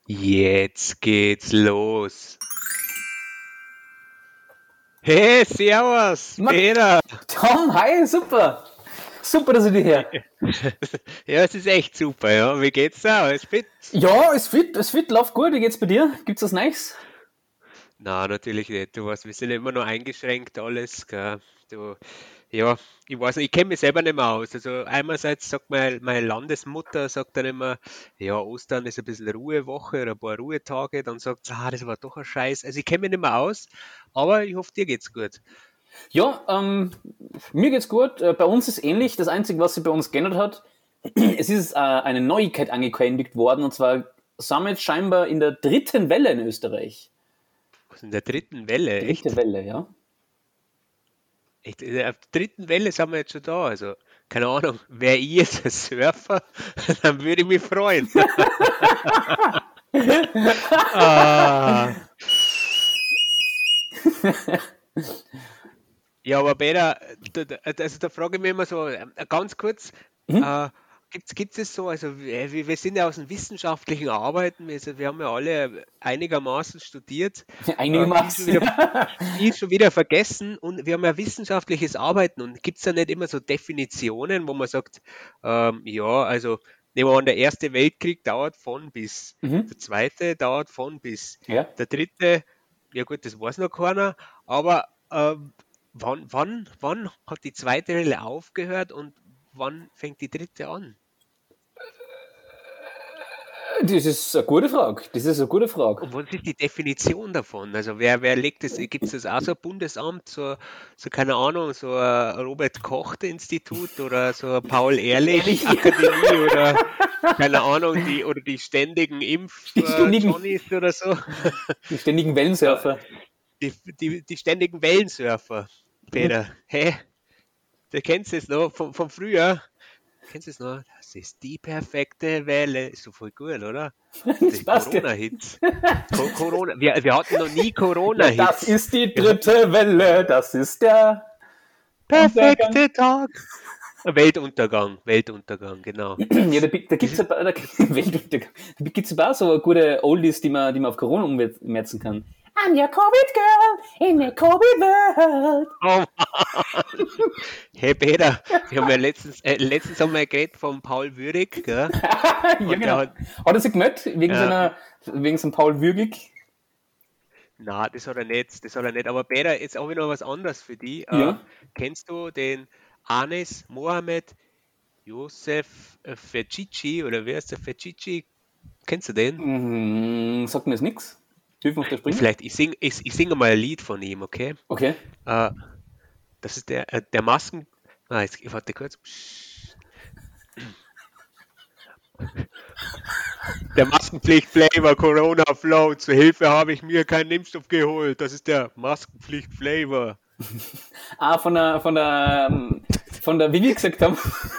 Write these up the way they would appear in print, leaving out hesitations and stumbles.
Jetzt geht's los. Hey, servus, Peter. Tom, hi, super. Super, dass ich dich her. Ja, es ist echt super, ja. Wie geht's da? Alles fit? Ja, ist fit, läuft gut. Wie geht's bei dir? Gibt's was Neues? Na, natürlich nicht. Du weißt, wir sind immer nur eingeschränkt alles, gell. Du, ja, ich weiß nicht, ich kenne mich selber nicht mehr aus. Also einerseits sagt meine Landesmutter, sagt dann immer, ja, Ostern ist ein bisschen Ruhewoche oder ein paar Ruhetage. Dann sagt sie, das war doch ein Scheiß. Also ich kenne mich nicht mehr aus, aber ich hoffe, dir geht's gut. Ja, mir geht's gut. Bei uns ist ähnlich. Das Einzige, was sich bei uns geändert hat, es ist eine Neuigkeit angekündigt worden. Und zwar sind wir jetzt scheinbar in der dritten Welle in Österreich. Was in der dritten Welle, Dritte echt? Welle, ja. Echt, in der dritten Welle sind wir jetzt schon da. Also, keine Ahnung, wäre ich jetzt ein Surfer, dann würde ich mich freuen. Ah. Ja, aber Peter, also da frage ich mich immer so, ganz kurz, Mhm. äh, gibt es so, also wir sind ja aus dem wissenschaftlichen Arbeiten, also wir haben ja alle einigermaßen studiert, Einigermaßen. viel schon wieder vergessen und wir haben ja wissenschaftliches Arbeiten und gibt es da nicht immer so Definitionen, wo man sagt, ja, also nehmen wir an, der Erste Weltkrieg dauert von bis, Mhm. der Zweite dauert von bis, Ja. der Dritte, ja gut, das weiß noch keiner, aber wann hat die zweite Welle aufgehört und wann fängt die dritte an? Das ist eine gute Frage. Das ist eine gute Frage. Und was ist die Definition davon? Also wer legt das, gibt es das auch so ein Bundesamt, so keine Ahnung, so ein Robert-Koch-Institut oder so ein Ehrlich, Paul-Ehrlich-Akademie oder keine Ahnung, die ständigen die ständigen, Impf-Johnnies oder so. die ständigen Ja, Wellensurfer. die ständigen Wellensurfer, Peter. Hä? Du kennst es noch vom Frühjahr? Kennst du es noch? Das ist die perfekte Welle. Ist so voll gut, oder? Das Die passt ja. Corona-Hits. Corona. Wir hatten noch nie Ja, das Corona-Hits. ist die Wir hatten dritte Welle, das ist der Untergang. perfekte Tag. Weltuntergang, Weltuntergang, genau. Ja, da Das gibt's ist, ein paar, Weltuntergang. Da gibt's ein paar so gute Oldies, die man auf Corona ummetzen kann. I'm your Covid girl in a Covid world. oh, hey Peter, wir haben ja letztens haben wir geredet von Paul Würig, gell? Ja, Und der genau. hat, Hat er sich gemeldet ja, wegen seinem Paul Würgig? na, das hat er nicht. Aber Peter, jetzt habe ich noch was anderes für dich. Ja. Kennst du den Anis Mohammed Josef Fecici oder wer ist der Fecici? Kennst du den? Sagt mir jetzt nix. Hilf mir auf der Sprünge. Ich singe mal ein Lied von ihm, okay? Okay. Äh, Das ist der Masken. Jetzt, warte kurz. Der Maskenpflicht-Flavor Corona Flow. Zur Hilfe habe ich mir keinen Impfstoff geholt. Das ist der Maskenpflicht-Flavor. Ah, wie wir gesagt haben.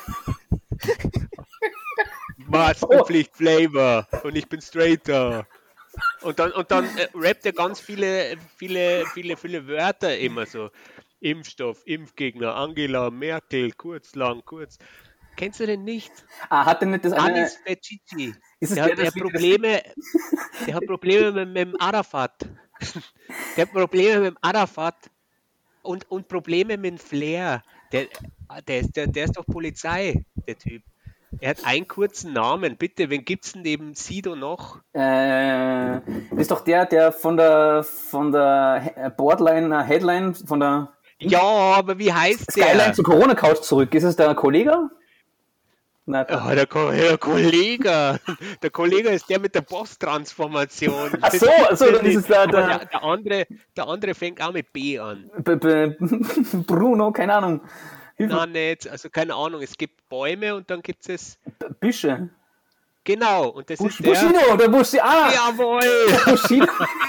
Oh, Maskenpflicht-Flavor. Und ich bin straighter. Und dann rappt er ganz viele Wörter immer so. Impfstoff, Impfgegner, Angela Merkel, kurz, lang, kurz. Kennst du den nicht? hat er nicht das eine. Anis Fecici. Ist es Der der, hat, der das hat Probleme, der hat Probleme mit dem Arafat. Der hat Probleme mit dem Arafat und Probleme mit dem Flair. Der ist doch Polizei, der Typ. Er hat einen kurzen Namen. Bitte, wen gibt's denn neben Sido noch? Das ist doch der von der Boardline, Headline, von der Ja, aber wie heißt Skyline der? zur Corona-Couch zurück. Ist es der Kollege? Nein. Der Kollege. Der Kollege ist der mit der Boss-Transformation. Ach so, dann ist es Aber der andere fängt auch mit B an. Bruno, keine Ahnung. Hilf mir. Nein, nicht. Also keine Ahnung. Es gibt Bäume und dann gibt es. Büsche. Genau, und das ist der. Bushido, der Bushido. Ah, Jawohl! Bushido.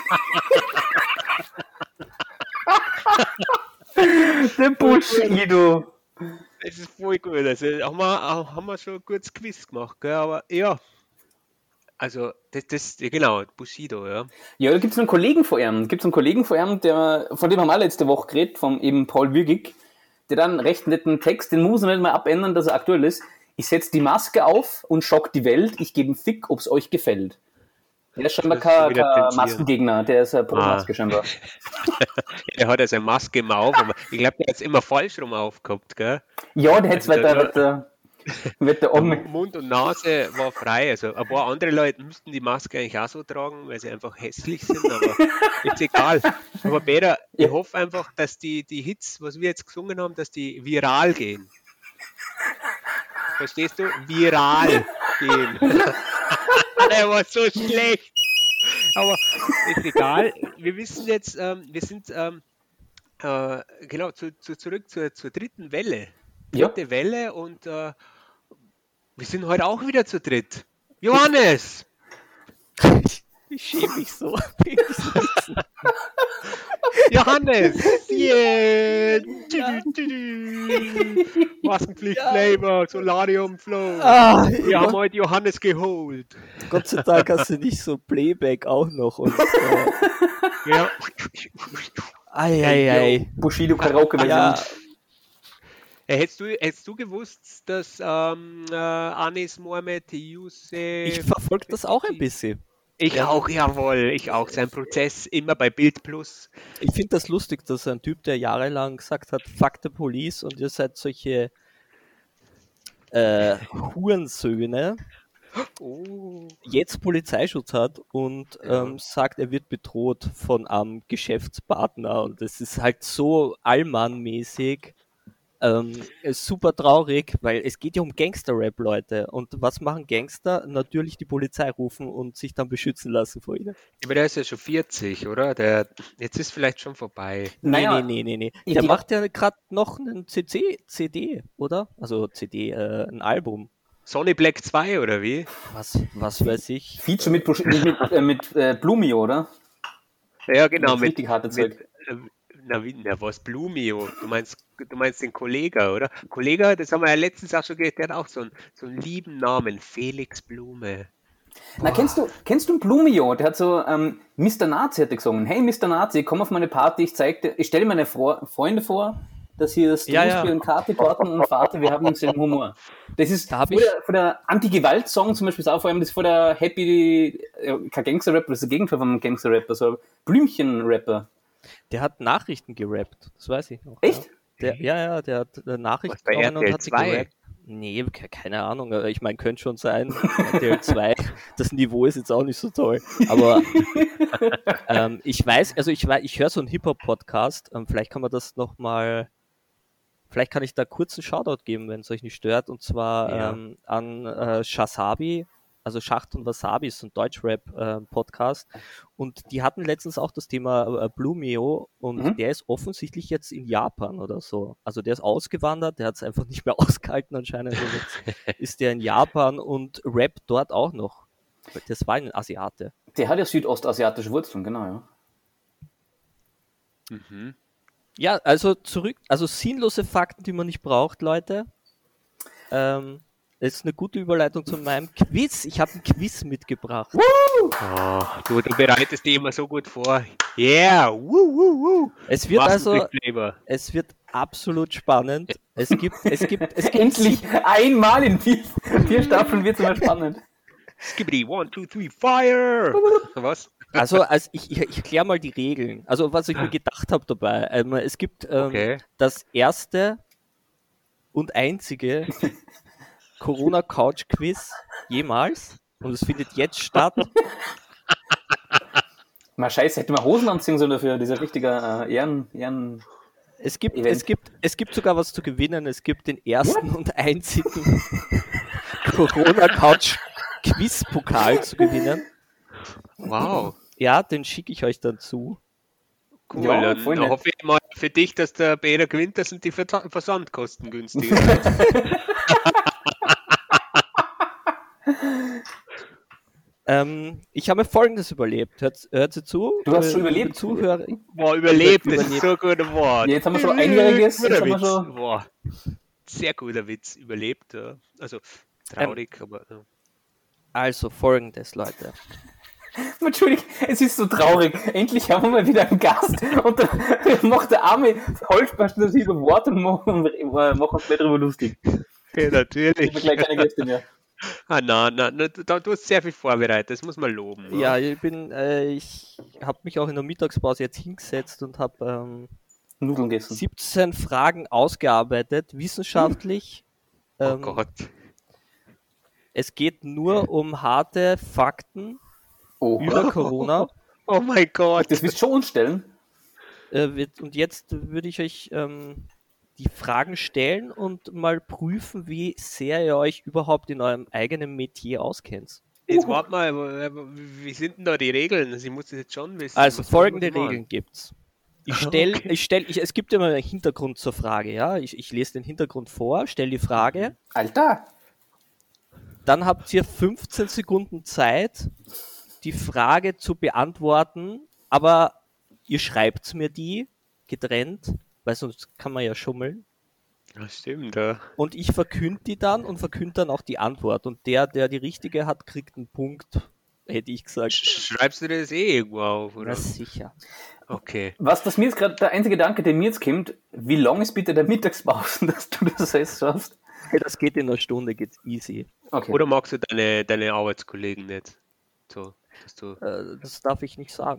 Der Bushido. Das ist voll gut. Also haben wir schon ein gutes Quiz gemacht, gell? Aber ja, also ja, genau, Bushido, ja. Ja, da gibt es einen Kollegen von ihm. Von dem haben wir letzte Woche geredet, von eben Paul Würgig, der dann recht netten Text, den muss man nicht mal abändern, dass er aktuell ist. Ich setze die Maske auf und schock die Welt. Ich gebe einen Fick, ob's euch gefällt. Der ist scheinbar Das ist wieder kein zensieren. Maskengegner, der ist eine Pro-Maske scheinbar. Er hat ja seine Maske immer auf, aber ich glaube, der hat es immer falsch rum aufgehabt, gell? Ja, der hätte wird der Arme. Mund und Nase war frei. Also ein paar andere Leute müssten die Maske eigentlich auch so tragen, weil sie einfach hässlich sind, aber ist egal. Aber Peter, ich hoffe einfach, dass die Hits, was wir jetzt gesungen haben, dass die viral gehen. Verstehst du? Viral gehen. Der war so schlecht. Aber ist egal. Wir wissen jetzt, wir sind genau zurück zur dritten Welle. Ja. Dritte Welle und wir sind heute auch wieder zu dritt. Johannes! Ich schäme mich so. Johannes! Yeah! Maskenpflicht Flavor, Solarium Flow. Wir haben heute Johannes geholt. Gott sei Dank hast du nicht so Playback auch noch. Und, Ja. ei. Bushido Karaoke-Version. Ja, Hättest du gewusst, dass Anis Mohamed Youssef... ich verfolge das auch ein bisschen. Ich auch, jawohl, ich auch. Sein Prozess immer bei Bild Plus. Ich finde das lustig, dass ein Typ, der jahrelang gesagt hat, fuck the police und ihr seid solche Hurensöhne, jetzt Polizeischutz hat und sagt, er wird bedroht von einem Geschäftspartner und das ist halt so Allmann-mäßig. Ist super traurig, weil es geht ja um Gangster-Rap, Leute. Und was machen Gangster? Natürlich die Polizei rufen und sich dann beschützen lassen vor ihnen. Aber der ist ja schon 40, oder? Jetzt ist vielleicht schon vorbei. Naja, Nee. Der macht ja gerade noch einen CD, oder? Also CD, ein Album. Sonny Black 2, oder wie? Was weiß ich. Feature mit Blumio, oder? Ja, genau. Das richtig harte Zeug. Was Blumio? Du meinst den Kollega, oder? Kollega, das haben wir ja letztens auch schon gehört, der hat auch so einen lieben Namen, Felix Blume. Na, kennst du einen Blumio? Der hat so, Mr. Nazi hat er gesungen. Hey, Mr. Nazi, komm auf meine Party, ich stelle meine Freunde vor, dass hier das spielen, Karte, Torten und Vater, wir haben uns den Humor. Das ist von der Anti-Gewalt-Song zum Beispiel, ist auch vor allem das ist vor der Happy, kein Gangster-Rapper, das ist das Gegenteil vom Gangster-Rapper, so Blümchen-Rapper. Der hat Nachrichten gerappt, das weiß ich noch. Echt? Der hat Nachrichten bei genommen und RTL hat sie 2? gerappt. Nee, keine Ahnung, ich meine, könnte schon sein. RTL 2, das Niveau ist jetzt auch nicht so toll. Aber ich höre so einen Hip-Hop-Podcast, vielleicht kann man das nochmal, vielleicht kann ich da kurz einen Shoutout geben, wenn es euch nicht stört, und zwar an Shasabi, also Schacht und Wasabi ist so ein Deutschrap-Podcast und die hatten letztens auch das Thema Blumio und der ist offensichtlich jetzt in Japan oder so. Also der ist ausgewandert, der hat es einfach nicht mehr ausgehalten anscheinend. Also jetzt ist der in Japan und rappt dort auch noch. Das war ein Asiate. Der hat ja südostasiatische Wurzeln, genau, ja. Ja, also sinnlose Fakten, die man nicht braucht, Leute. Das ist eine gute Überleitung zu meinem Quiz. Ich habe ein Quiz mitgebracht. Du bereitest die immer so gut vor. Yeah! Es wird absolut spannend. Es gibt Endlich einmal in 4 Staffeln wird es mal spannend. Skibidi, 1, 2, 3, fire! Was? Also ich erkläre mal die Regeln. Also was ich mir gedacht habe dabei. Es gibt das erste und einzige Corona-Couch-Quiz jemals und es findet jetzt statt. Mal scheiße, hätte man Hosen anziehen sollen dafür, dieser richtige Ehren. Es gibt sogar was zu gewinnen. Es gibt den ersten und einzigen Corona-Couch-Quiz-Pokal zu gewinnen. Wow. Ja, den schicke ich euch dann zu. Cool, Ja, dann voll nett. hoffe ich mal für dich, dass der Peter gewinnt, das sind die Versandkosten günstiger. Ich habe mir Folgendes überlebt. Hört sie zu? Du hast schon überlebt? Zuhörer. Boah, überlebt, das ist so ein guter Wort. Ja, jetzt haben wir schon Einjähriges. Guter Jetzt haben wir Witz. schon... Boah. Sehr guter Witz, überlebt. Ja. Also traurig, aber... Ja. Also folgendes, Leute. Entschuldigung, es ist so traurig. Endlich haben wir mal wieder einen Gast und dann macht der arme Holzbasten das über Worte und machen uns darüber lustig. Ja, natürlich. Ich habe gleich keine Gäste mehr. Nein, du hast sehr viel vorbereitet, das muss man loben. Ne? Ja, ich habe mich auch in der Mittagspause jetzt hingesetzt und habe Nudeln gegessen. 17 Fragen ausgearbeitet, wissenschaftlich. Oh Gott. Es geht nur um harte Fakten Oh, über Corona. Oh mein Gott. das willst du schon uns stellen? Und jetzt würde ich euch die Fragen stellen und mal prüfen, wie sehr ihr euch überhaupt in eurem eigenen Metier auskennt. Jetzt warte mal, wie sind denn da die Regeln? Ich muss das jetzt schon wissen. Also Was folgende muss man machen? Regeln gibt's. Okay. Es gibt immer einen Hintergrund zur Frage, ja. Ich lese den Hintergrund vor, stelle die Frage, Alter! dann habt ihr 15 Sekunden Zeit, die Frage zu beantworten, aber ihr schreibt mir die getrennt, weil sonst kann man ja schummeln. Ja, stimmt, ja. Und ich verkünde die dann und verkünde dann auch die Antwort. Und der die richtige hat, kriegt einen Punkt, hätte ich gesagt. Schreibst du das irgendwo auf, oder? Na sicher. Okay. Was mir jetzt gerade, der einzige Gedanke, der mir jetzt kommt, wie lang ist bitte der Mittagspause, dass du das jetzt schaffst? Hey, das geht in einer Stunde, geht's easy. Okay. Oder magst du deine Arbeitskollegen nicht? So, dass du... Das darf ich nicht sagen.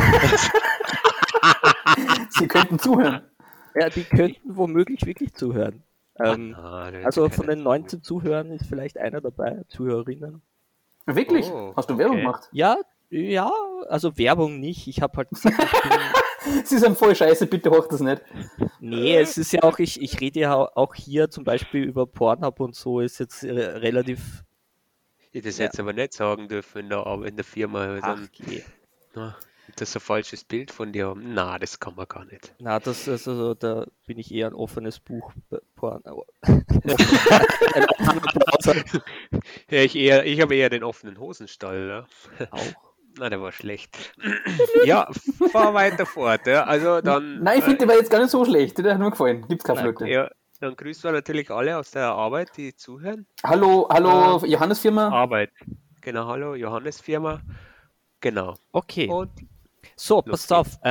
Sie könnten zuhören. Ja, die könnten womöglich wirklich zuhören. Also von den 19 Zuhörern ist vielleicht einer dabei, Zuhörerinnen. Wirklich? Oh, Hast du Werbung okay. gemacht? Ja, also Werbung nicht. Ich habe halt gesagt, Sie sind voll scheiße, bitte hoch das nicht. nee, es ist ja auch, ich rede ja auch hier zum Beispiel über Pornhub und so, ist jetzt relativ. Ich das Ja. jetzt aber nicht sagen dürfen in der Firma. Weil Ach dann, je. das ein falsches Bild von dir haben. Na, das kann man gar nicht. Na, da bin ich eher ein offenes Buch. Porn. Ja, ich habe eher den offenen Hosenstall. Ja. Auch. Na, der war schlecht. Ja, fahr weiter fort. Ja. Also dann, Nein, ich finde, der war jetzt gar nicht so schlecht. Der hat mir gefallen. Gibt's keine Nein, Flöte. ja, dann grüßen wir natürlich alle aus der Arbeit, die zuhören. Hallo, Johannes Firma. Arbeit. Genau, hallo, Johannes Firma. Genau. Okay. Und So, los passt auf.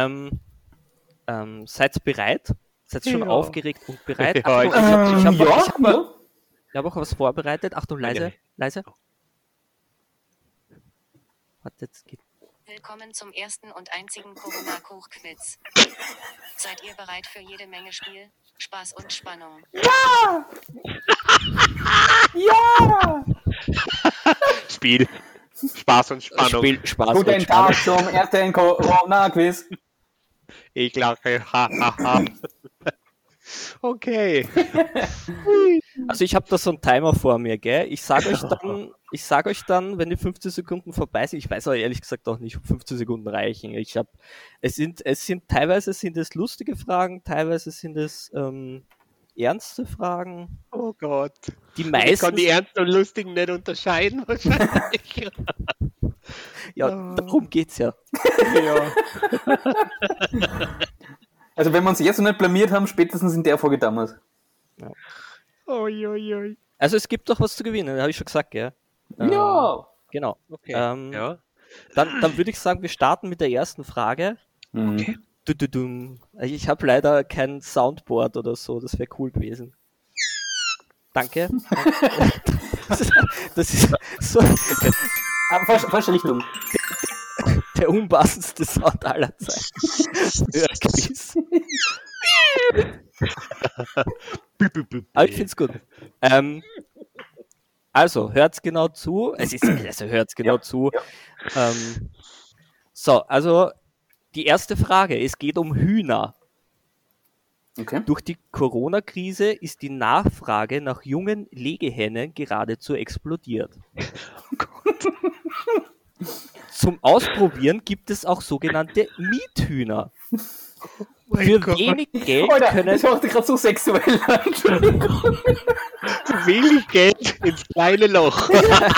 Seid bereit? Seid schon Ja. aufgeregt und bereit? Ja, Achtung, ich- ich hab auch was vorbereitet. Achtung, leise, leise. Warte, jetzt geht. Willkommen zum ersten und einzigen Corona-Koch-Quiz. Seid ihr bereit für jede Menge Spiel, Spaß und Spannung? Spiel. Spaß und Spannung. Spiel, Spaß Guten und Spannung. Tag zum ersten Corona-Quiz. Ich lache. Ha, ha, ha. Okay. Also ich habe da so einen Timer vor mir, gell? Ich sag euch dann, wenn die 15 Sekunden vorbei sind, ich weiß aber ehrlich gesagt auch nicht, ob 15 Sekunden reichen. Es sind teilweise sind es lustige Fragen, teilweise sind es ernste Fragen. Oh Gott. Die Ich meisten, kann die Ernsten und Lustigen nicht unterscheiden wahrscheinlich. ja, darum geht's ja. Ja. Also wenn wir uns jetzt noch nicht blamiert haben, spätestens in der Folge damals. Oi, oi, oi. Also es gibt doch was zu gewinnen, habe ich schon gesagt, gell? Ja. Genau. Okay. Ähm, Ja. Dann würde ich sagen, wir starten mit der ersten Frage. Mhm. Du. Ich habe leider kein Soundboard oder so, das wäre cool gewesen. Danke. Das ist so Falsche Richtung. der unpassendste Sound aller Zeiten. Ja, Quiz. Aber ich finde es gut. Also, hört's genau zu. Hört's genau zu. So, also die erste Frage. Es geht um Hühner. Okay. Durch die Corona-Krise ist die Nachfrage nach jungen Legehennen geradezu explodiert. Zum Ausprobieren gibt es auch sogenannte Miethühner. Für wenig Geld Alter, können das macht dich gerade so sexuell an. Entschuldigung. Wenig Geld ins kleine Loch.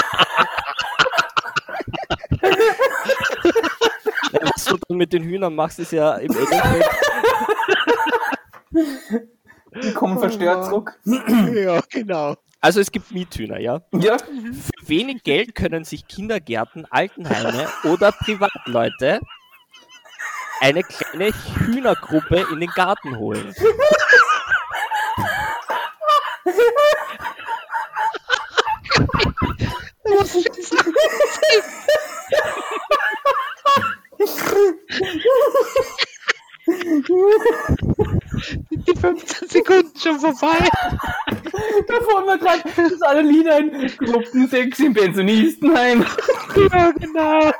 was du dann mit den Hühnern machst, ist ja im Endeffekt. Die kommen verstört zurück. Ja, genau. Also es gibt Miethühner, ja. Ja. Für wenig Geld können sich Kindergärten, Altenheime oder Privatleute eine kleine Hühnergruppe in den Garten holen. Die 15 Sekunden schon vorbei. Da fahren wir gerade das alle Lieder ein. Gruppen 6 im Pensionistenheim. Ja, genau.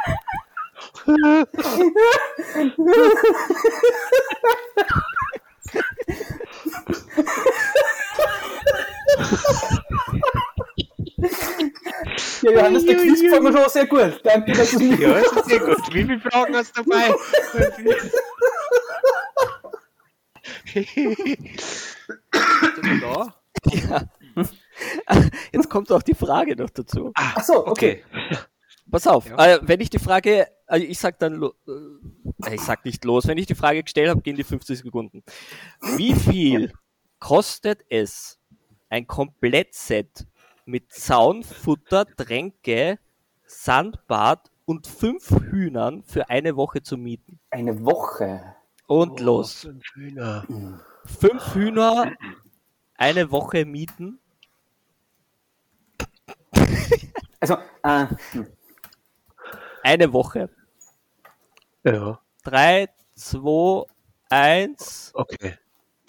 Ja, Johannes, der Quiz gefällt mir schon sehr gut. Danke, dass du mich. Ja, das ist sehr gut. Wie viele Fragen hast du dabei? Bist du da? Ja. Jetzt kommt auch die Frage noch dazu. Ach so, okay. Pass auf, Ja. wenn ich die Frage, ich sag dann, ich sag nicht los, wenn ich die Frage gestellt habe, gehen die 50 Sekunden. Wie viel kostet es, ein Komplettset mit Zaun, Futter, Tränke, Sandbad und 5 Hühnern für eine Woche zu mieten? Eine Woche. Und los. 5 Hühner. 5 Hühner, eine Woche mieten. Also, Eine Woche. Ja, 3, 2, 1. okay.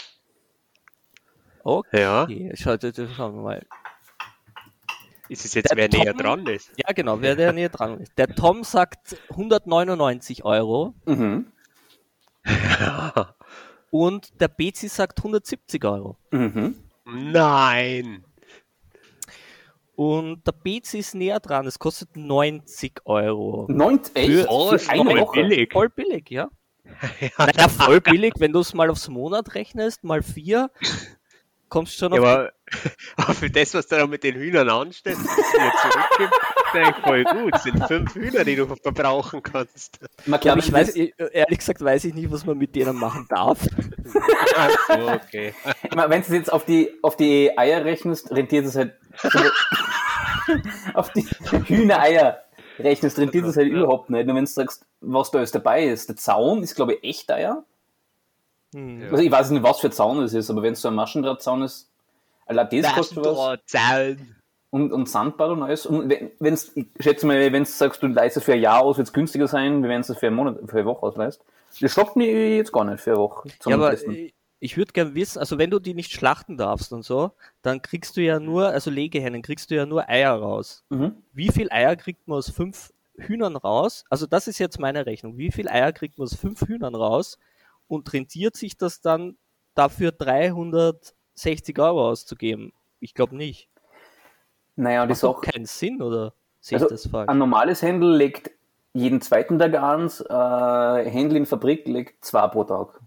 Okay. Ja. Schauen wir mal. Ist es jetzt, Der wer näher Tom- dran ist? Ja, genau, wer der näher dran ist. Der Tom sagt 199 Euro mhm. und der Bezi sagt 170 Euro. Mhm. Nein. Und der Bezi ist näher dran, es kostet 90 Euro. Echt? Oh, Für ist eine voll Woche? billig. Voll billig, ja. Ja, Naja, voll billig, wenn du es mal aufs Monat rechnest, mal 4, kommst schon auf... aber für das, was du da mit den Hühnern anstellst, was du dir zurückgibst, ist eigentlich voll gut. Das sind 5 Hühner, die du verbrauchen kannst. Man Ja, kann, aber ehrlich gesagt weiß ich nicht, was man mit denen machen darf. Ach so, okay. wenn du es jetzt auf die Eier rechnest, rentiert es halt. Auf die Hühnereier rechnest, rentiert es halt überhaupt nicht. Nur wenn du sagst, was da alles dabei ist. Der Zaun ist, glaube ich, echt Eier. Hm. Ja. Also ich weiß nicht, was für Zaun es ist, aber wenn es so ein Maschendrahtzaun ist, allein das kostet was. Zahlen. Und Sandbad und alles. Und wenn's, ich schätze mal, wenn du sagst, du leistest für ein Jahr aus, wird es günstiger sein, wie wenn du es für einen Monat, für eine Woche ausleist. Das stoppt mich jetzt gar nicht für eine Woche. zum Ja, aber Testen. ich würde gern wissen, also wenn du die nicht schlachten darfst und so, dann kriegst du ja nur, also Legehennen, kriegst du ja nur Eier raus. Mhm. Wie viel Eier kriegt man aus 5 Hühnern raus? Also das ist jetzt meine Rechnung. Wie viel Eier kriegt man aus 5 Hühnern raus? Und rentiert sich das dann dafür 360 Euro auszugeben? Ich glaube nicht. Naja, die Macht doch Sache. keinen Sinn, oder sehe Also, ich das falsch? ein normales Händel legt jeden zweiten Tag eins, Händel in Fabrik legt 2 pro Tag.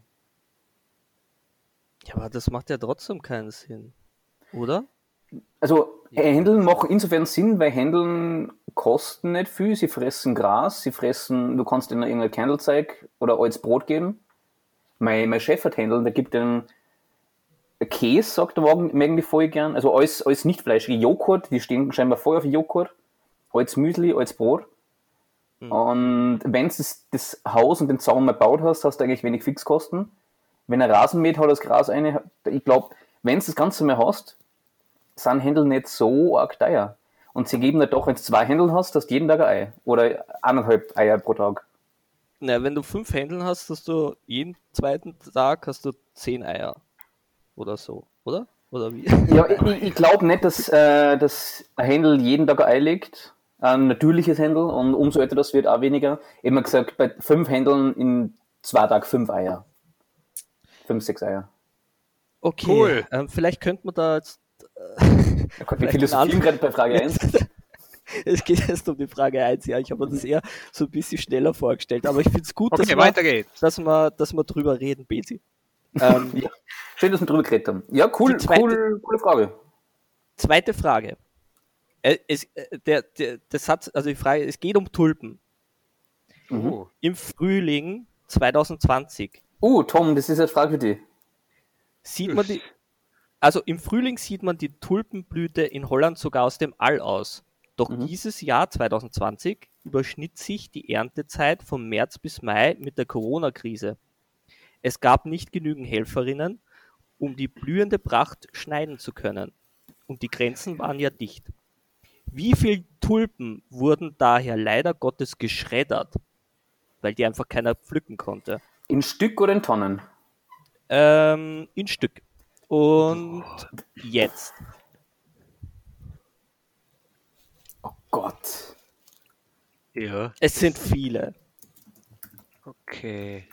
Ja, aber das macht ja trotzdem keinen Sinn. Oder? Also Händeln machen insofern Sinn, weil Händeln kosten nicht viel, sie fressen Gras, du kannst ihnen irgendein Kernelzeug oder altes Brot geben. Mein Chef hat Händeln, der gibt den Käse, sagt er, mögen die voll gern, also alles nicht fleischige Joghurt, die stehen scheinbar voll auf Joghurt, altes Müsli, altes Brot. Und wenn du das Haus und den Zaun mal gebaut hast, hast du eigentlich wenig Fixkosten. Wenn er Rasen mäht, hat das Gras eine. Ich glaube, wenn du das Ganze mal hast, sind Händel nicht so arg teuer. Und sie geben nicht doch, wenn du 2 Händel hast, hast du jeden Tag ein Ei. Oder 1,5 Eier pro Tag. Na, wenn du 5 Händeln hast, hast du jeden zweiten Tag hast du 10 Eier. Oder so, oder? Oder wie? Ja, ich glaube nicht, dass ein Händel jeden Tag ein Ei legt. Ein natürliches Händel. Und umso älter das wird, auch weniger. Ich habe mir gesagt, bei 5 Händeln in 2 Tagen 5 Eier. 5, 6 Eier. Okay, Cool. Vielleicht könnte man da jetzt... Da konnte wir Vielleicht philosophieren gerade bei Frage 1. Es geht erst um die Frage 1, ja. Ich habe mir das eher so ein bisschen schneller vorgestellt. Aber ich finde es gut, Okay, weiter geht's. dass wir drüber reden, Bezi. Ja. Schön, dass wir drüber geredet haben. Ja, cool, Die zweite- coole Frage. Zweite Frage. Der Satz, also die Frage, es geht um Tulpen. Oh. Im Frühling 2020 Tom, das ist eine Frage für dich. sieht man also im Frühling sieht man die Tulpenblüte in Holland sogar aus dem All aus. Doch dieses Jahr 2020 überschnitt sich die Erntezeit von März bis Mai mit der Corona-Krise. Es gab nicht genügend Helferinnen, um die blühende Pracht schneiden zu können. Und die Grenzen waren ja dicht. Wie viel Tulpen wurden daher leider Gottes geschreddert, weil die einfach keiner pflücken konnte. In Stück oder in Tonnen? In Stück. Und jetzt. Oh Gott. Ja, Es sind viele. okay.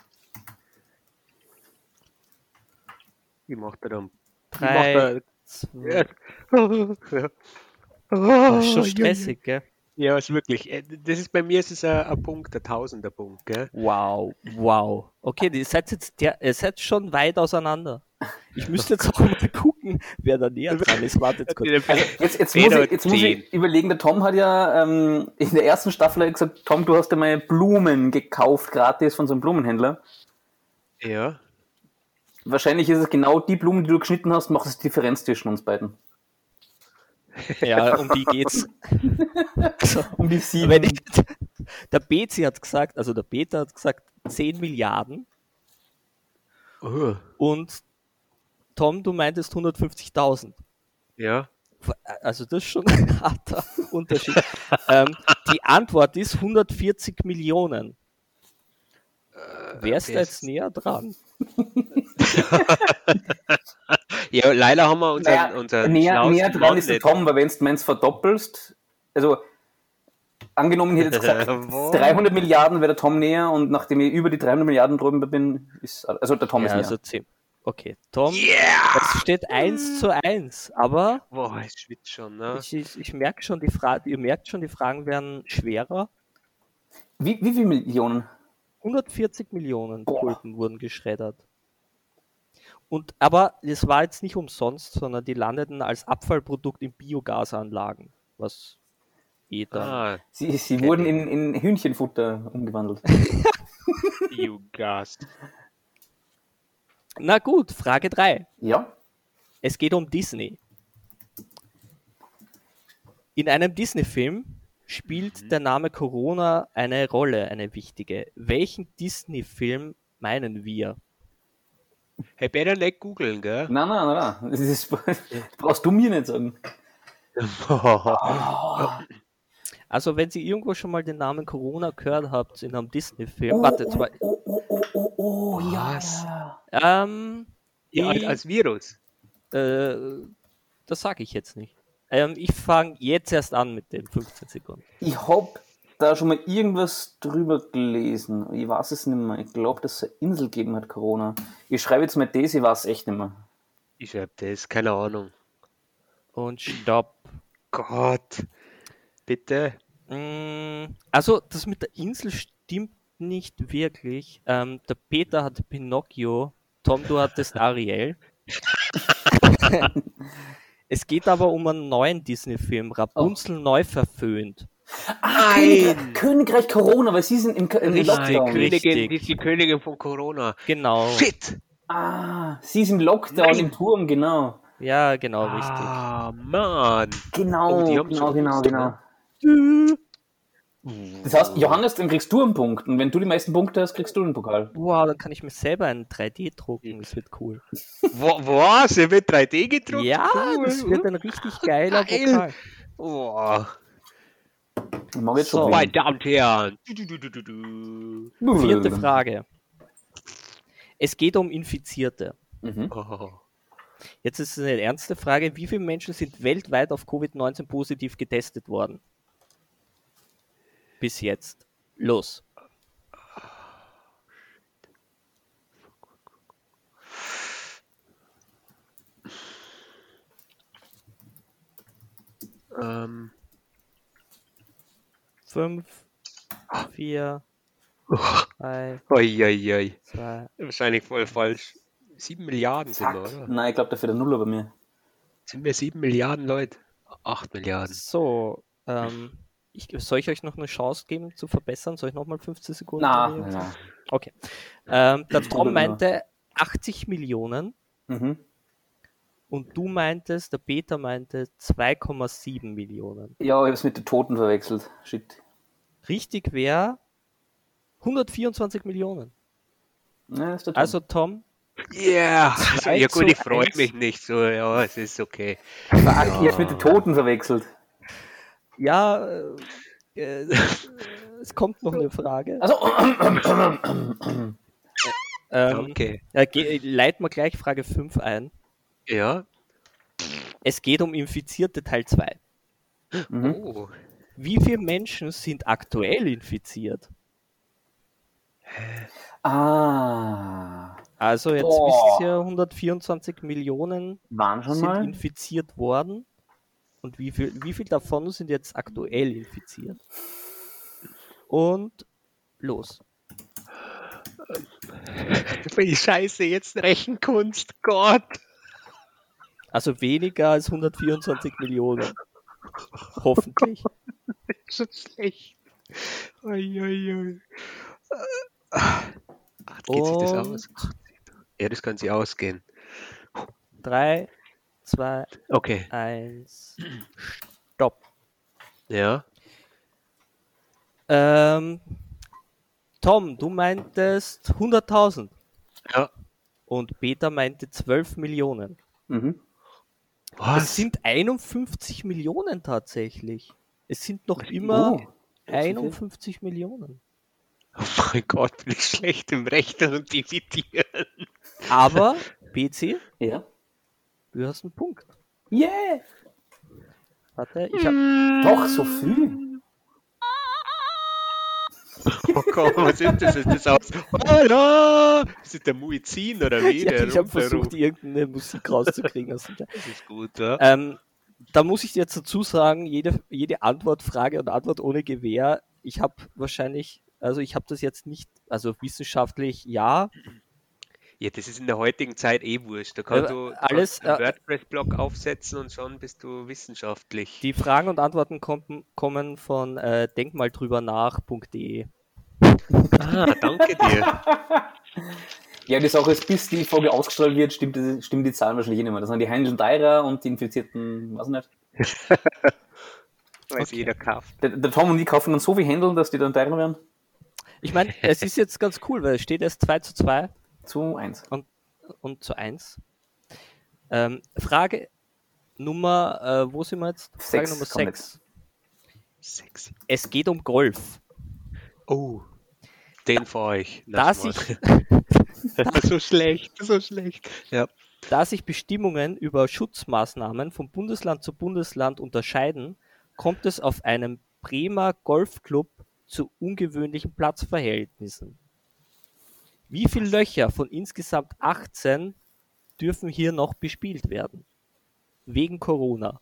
Wie macht er dann? Wie 3, 2. macht er? Ja. Das ist schon Oh, stressig, gell? Ja, ist wirklich. Das ist bei mir ist es ein Punkt, ein Tausender-Punkt, gell? Wow. Okay, ihr seid schon weit auseinander. Ich müsste jetzt auch mal gucken, wer da näher dran ist. Warte jetzt kurz. Jetzt muss ich überlegen, der Tom hat ja in der ersten Staffel gesagt, Tom, du hast ja mal Blumen gekauft, gratis von so einem Blumenhändler. Ja. Wahrscheinlich ist es genau die Blumen, die du geschnitten hast, macht es die Differenz zwischen uns beiden. Ja, um die geht's. So, Um die 7. der Bezi hat gesagt, also der Peter hat gesagt 10 Milliarden Oh, und Tom, du meintest 150.000. ja. Also das ist schon ein harter Unterschied. Die Antwort ist 140 Millionen. Wer ist da jetzt näher dran? Ja, leider haben wir unser näher dran ist der Tom, weil wenn du es verdoppelst, also angenommen, ich hätte jetzt gesagt, 300 Milliarden wäre der Tom näher und nachdem ich über die 300 Milliarden drüber bin, ist, also der Tom ist näher. Also 10. Okay, Tom, es steht 1:1, aber Boah, ich schwitze schon, ne? ich merke schon, ihr merkt schon, die Fragen werden schwerer. Wie viele Millionen? 140 Millionen Tulpen wurden geschreddert. Aber es war jetzt nicht umsonst, sondern die landeten als Abfallprodukt in Biogasanlagen, was dann... Sie wurden in Hühnchenfutter umgewandelt. Biogas. Na gut, Frage 3. Ja. Es geht um Disney. In einem Disney-Film spielt der Name Corona eine Rolle, eine wichtige. Welchen Disney-Film meinen wir? Hey, besser nicht googeln, gell? Nein. Das brauchst du mir nicht sagen. Also wenn Sie irgendwo schon mal den Namen Corona gehört habt in einem Disney-Film, Ja. Ja, als Virus. Das sage ich jetzt nicht. Ich fange jetzt erst an mit den 15 Sekunden. Ich habe da schon mal irgendwas drüber gelesen. Ich weiß es nicht mehr. Ich glaube, dass es eine Insel gegeben hat, Corona. Ich schreibe jetzt mal das, ich weiß echt nicht mehr. Ich schreibe das, keine Ahnung. Und stopp. Gott. Bitte. Also, das mit der Insel stimmt nicht wirklich. Der Peter hatte Pinocchio, Tom, du hattest Ariel. Es geht aber um einen neuen Disney-Film, Rapunzel neu verföhnt. Königreich Corona, weil sie sind im Lockdown. Richtig. Die ist die Königin von Corona. Genau. Shit! Sie ist im Lockdown im Turm, genau. Ja, genau, richtig. Ah, Mann. Genau, die haben schon gewusst, genau. Das heißt, Johannes, dann kriegst du einen Punkt. Und wenn du die meisten Punkte hast, kriegst du den Pokal. Wow, dann kann ich mir selber einen 3D drucken. Das wird cool. Was? Er wird 3D gedruckt? Ja, das wird ein richtig geiler Pokal. Boah. Ich mag jetzt schon Meine Damen und Herren. 4. Frage. Es geht um Infizierte. Oh. Jetzt ist es eine ernste Frage. Wie viele Menschen sind weltweit auf Covid-19 positiv getestet worden? Bis jetzt. Los. Ähm. 5, 4, 3, Oi. 2. Wahrscheinlich voll falsch. 7 Milliarden sind wir, oder? Nein, ich glaube, dafür der Nuller bei mir. Sind wir 7 Milliarden Leute? 8 Milliarden. So, soll ich euch noch eine Chance geben zu verbessern? Soll ich nochmal 15 Sekunden? Nein. Okay. Der Tom meinte 80 Millionen und du meintest, der Peter meinte 2,7 Millionen. Ja, ich habe es mit den Toten verwechselt. Shit. Richtig wäre 124 Millionen. Ja, ist der Tom. Also Tom, Ja, ja gut, ich freue 2:1. mich nicht so. Ja, es ist okay. Fuck, ich habe mit den Toten verwechselt. Ja, es kommt noch eine Frage. Also, Danke. Ja, leiten wir gleich Frage 5 ein. Ja. Es geht um Infizierte Teil 2. Oh. Wie viele Menschen sind aktuell infiziert? Also jetzt Boah. wisst ihr, 124 Millionen waren schon sind mal? infiziert worden. Und wie viel davon sind jetzt aktuell infiziert? Und los. Wie scheiße, jetzt Rechenkunst, Gott. Also weniger als 124 Millionen. Hoffentlich. Schon schlecht. Uiuiui. Geht sich das aus? Ja, das kann sich ausgehen. 3, 2, Okay. 1, Stopp. Ja. Tom, du meintest 100.000 Ja. und Peter meinte 12 Millionen. Mhm. Es Was? sind 51 Millionen tatsächlich. Es sind noch immer 51 Millionen. Oh mein Gott, bin ich schlecht im Rechnen und dividieren. Aber, PC, Ja. du hast einen Punkt. Yeah! Warte, ich hab. Doch, so viel. Oh Gott, was ist das? Ist das aus? Hallo! Ist das der Muizin oder wie? Ja, Der ich habe Rumperu? versucht, irgendeine Musik rauszukriegen. Das ist gut, ja. Da muss ich jetzt dazu sagen, jede Antwort, Frage und Antwort ohne Gewähr. Ich habe das jetzt nicht, also wissenschaftlich ja. Ja, das ist in der heutigen Zeit eh wurscht. Da kannst du alles, einen WordPress-Blog aufsetzen und schon bist du wissenschaftlich. Die Fragen und Antworten kommen von denkmaldrübernach.de. Ah, danke dir. Ja, die Sache ist, bis die Folge ausgestrahlt wird, stimmt die Zahlen wahrscheinlich nicht mehr. Das sind die heimischen Teurer und die Infizierten, weiß nicht. Weiß jeder kauft. Der Tom und ich kaufen dann so viel Händel, dass die dann teurer werden. Ich meine, es ist jetzt ganz cool, weil es steht erst 2:2 Zu 1. und zu 1. Frage Nummer, wo sind wir jetzt? Frage Nummer 6. Sexy. Es geht um Golf. Oh, den für euch. Das so schlecht, so schlecht. Ja. Da sich Bestimmungen über Schutzmaßnahmen von Bundesland zu Bundesland unterscheiden, kommt es auf einem Bremer Golfclub zu ungewöhnlichen Platzverhältnissen. Wie viele Löcher von insgesamt 18 dürfen hier noch bespielt werden? Wegen Corona.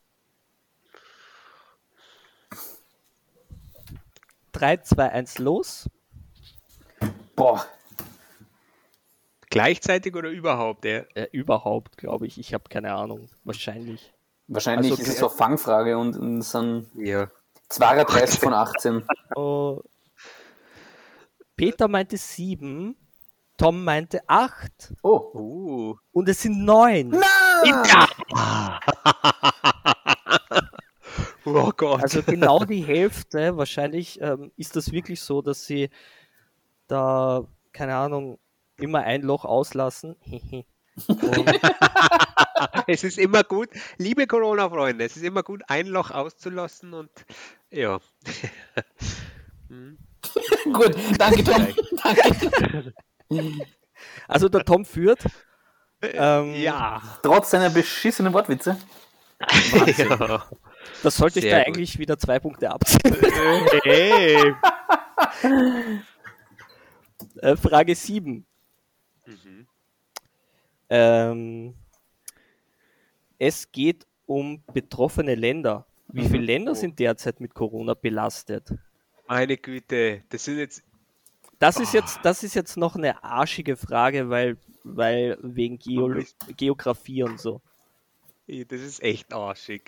3, 2, 1, los. Boah. Gleichzeitig oder überhaupt? Ja. Überhaupt, glaube ich. Ich habe keine Ahnung. Wahrscheinlich. Wahrscheinlich Also, ist es so eine Fangfrage und es sind Ja. 32 von 18. Oh. Peter meinte 7, Tom meinte 8 Oh. und es sind 9. Oh Gott. Also genau die Hälfte. Wahrscheinlich ist das wirklich so, dass sie da, keine Ahnung, immer ein Loch auslassen. Und Es ist immer gut, liebe Corona-Freunde, es ist immer gut, ein Loch auszulassen und ja. Gut, danke Tom. Danke. also der Tom führt. Ja. Trotz seiner beschissenen Wortwitze. Ja. Das sollte ich Sehr da gut. eigentlich wieder 2 Punkte abziehen. Hey. Frage 7. Es geht um betroffene Länder. Wie viele Länder sind derzeit mit Corona belastet? Meine Güte, das sind jetzt. Das ist jetzt noch eine arschige Frage, weil wegen Geografie und so. Das ist echt arschig.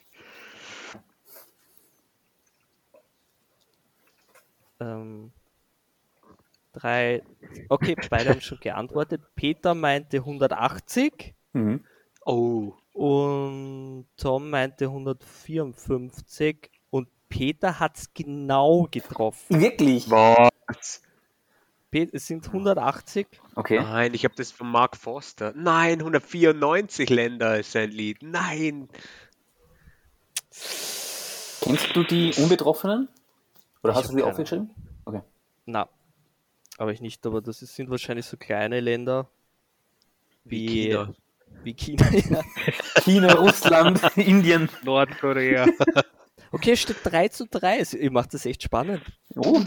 Drei. Okay, beide haben schon geantwortet. Peter meinte 180 Mhm. Oh. und Tom meinte 154 und Peter hat es genau getroffen. Wirklich? Was? Es sind 180. Okay. Nein, ich habe das von Mark Foster. Nein, 194 Länder ist sein Lied. Nein. Kennst du die Unbetroffenen? Oder Ich hast hab du die keine aufgeschrieben? Okay. Na, aber ich nicht, aber das sind wahrscheinlich so kleine Länder Wie China, wie China. Ja. China, Russland, Indien. Nordkorea. Okay, es steht 3:3. Ihr macht das echt spannend. Oh,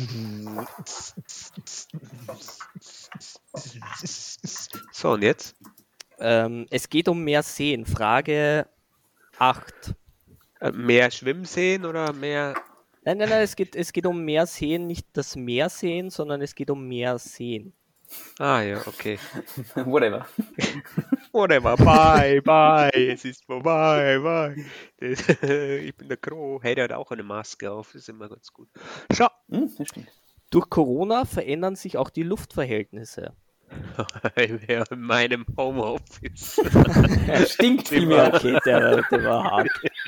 So, und jetzt? Es geht um mehr Seen. Frage 8. Mehr Schwimmseen oder mehr? Nein, es geht um mehr Seen, nicht das Meer sehen, sondern es geht um mehr Seen. Ah ja, okay. whatever. Whatever, bye, bye, es ist vorbei, bye. Ich bin der Crow. Hey, der hat auch eine Maske auf, das ist immer ganz gut. Schau. Das stimmt. Durch Corona verändern sich auch die Luftverhältnisse. In meinem Homeoffice. Stinkt viel mehr. Okay, der war hart.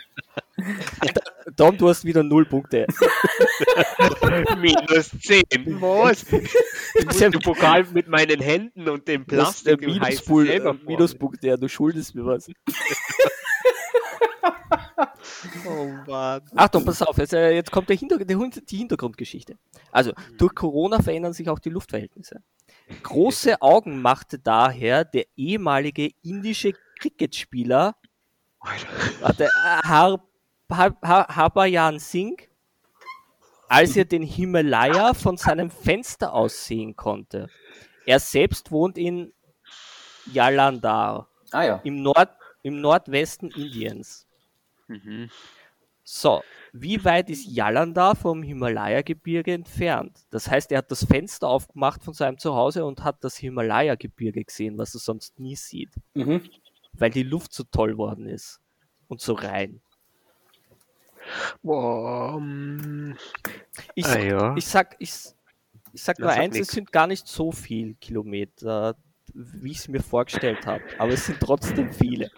Tom, du hast wieder 0 Punkte. Minus 10. Was? Ich muss den Pokal mit meinen Händen und dem Du hast Plastik im heißen selber vor. Minuspunkte, ja, du schuldest mir was. Oh Mann. Achtung, pass auf, jetzt kommt die Hintergrundgeschichte. Also, durch Corona verändern sich auch die Luftverhältnisse. Große Augen machte daher der ehemalige indische Cricketspieler Harbhajan Singh, als er den Himalaya von seinem Fenster aus sehen konnte. Er selbst wohnt in Jalandhar Ah ja. im Nordwesten Indiens. Mhm. So, wie weit ist Jalandhar vom Himalaya-Gebirge entfernt? Das heißt, er hat das Fenster aufgemacht von seinem Zuhause und hat das Himalaya-Gebirge gesehen, was er sonst nie sieht, Mhm. weil die Luft so toll worden ist und so rein. Boah, Ich, Ah, ja. ich sag nur sag eins, nix. es sind gar nicht so viele Kilometer, wie ich es mir vorgestellt habe, aber es sind trotzdem viele.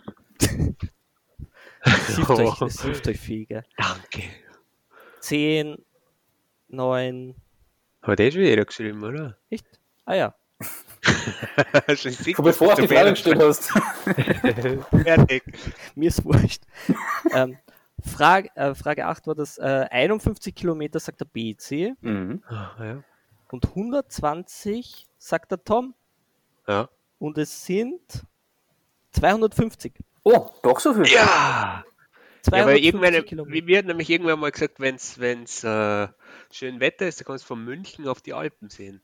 Es hilft euch viel, gell? danke. 10, 9, Hat schon jeder geschrieben, oder? echt? Ah ja. Schon sicher, Schon bevor du die Frage gestellt hast. Fertig. Mir ist wurscht. Frage 8 war das 51 Kilometer, sagt der BC, Mhm. Ja. und 120 sagt der Tom, Ja. und es sind 250. Oh, doch so viel. Ja, weil 250 irgendwann, Kilometer. mir hat nämlich irgendwann mal gesagt, wenn's schön Wetter ist, dann kannst du von München auf die Alpen sehen.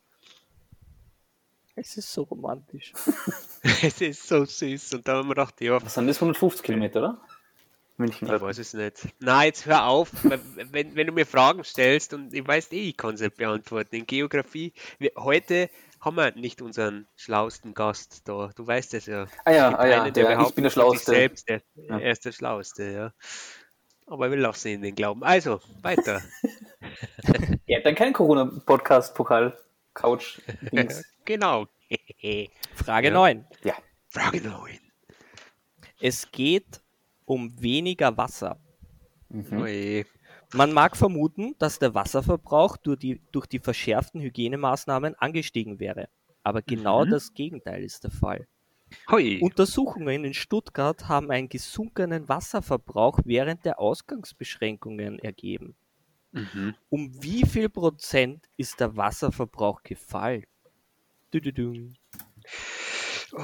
Es ist so romantisch. Es ist so süß. Und da haben wir gedacht, ja, Was sind das, 150 Kilometer, oder? München. ich weiß es nicht. Na, jetzt hör auf, weil wenn du mir Fragen stellst und ich weiß ich kann es nicht beantworten. In Geografie, heute haben wir nicht unseren schlauesten Gast da. Du weißt es ja. Ah ja, Gibt ah ja, einen, ich behauptet bin der von sich Schlauste. Selbst, Ja. er ist der Schlauste, ja. Aber wir lassen ihn den glauben. Also, weiter. Ja, dann kein Corona-Podcast, Pokal, Couch, Dings. Genau. Frage Ja. 9. Ja. Frage 9. Es geht um weniger Wasser. Oje. Man mag vermuten, dass der Wasserverbrauch durch die verschärften Hygienemaßnahmen angestiegen wäre. Aber genau das Gegenteil ist der Fall. Hui. Untersuchungen in Stuttgart haben einen gesunkenen Wasserverbrauch während der Ausgangsbeschränkungen ergeben. Mhm. Um wie viel Prozent ist der Wasserverbrauch gefallen? Düdüdüm. Oh.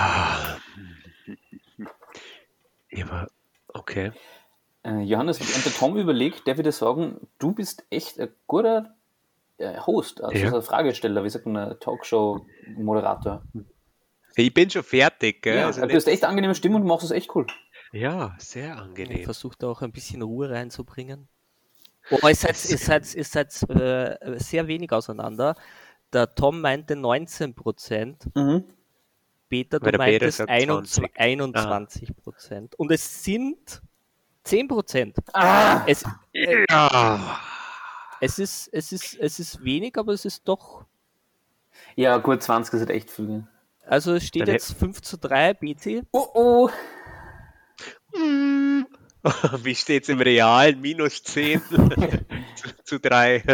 Ja, aber okay. Johannes, während der Tom überlegt, darf ich dir sagen, du bist echt ein guter Host, also Ja. so ein Fragesteller, wie sagt man, ein Talkshow-Moderator. Ich bin schon fertig, gell? Ja, Also du hast echt angenehme Stimme und machst es echt cool. ja, sehr angenehm. Versucht auch ein bisschen Ruhe reinzubringen. Oh, ihr seid sehr wenig auseinander. Der Tom meinte 19%. Peter, du Weil der Peter meintest sagt 21%. Und es sind 10%. Ah! Ja. Es ist wenig, aber es ist doch. Ja, gut, 20 ist halt echt viel. Also es steht Dann jetzt 5:3, BT. Oh! Wie steht's im Realen? Minus 10 zu 3.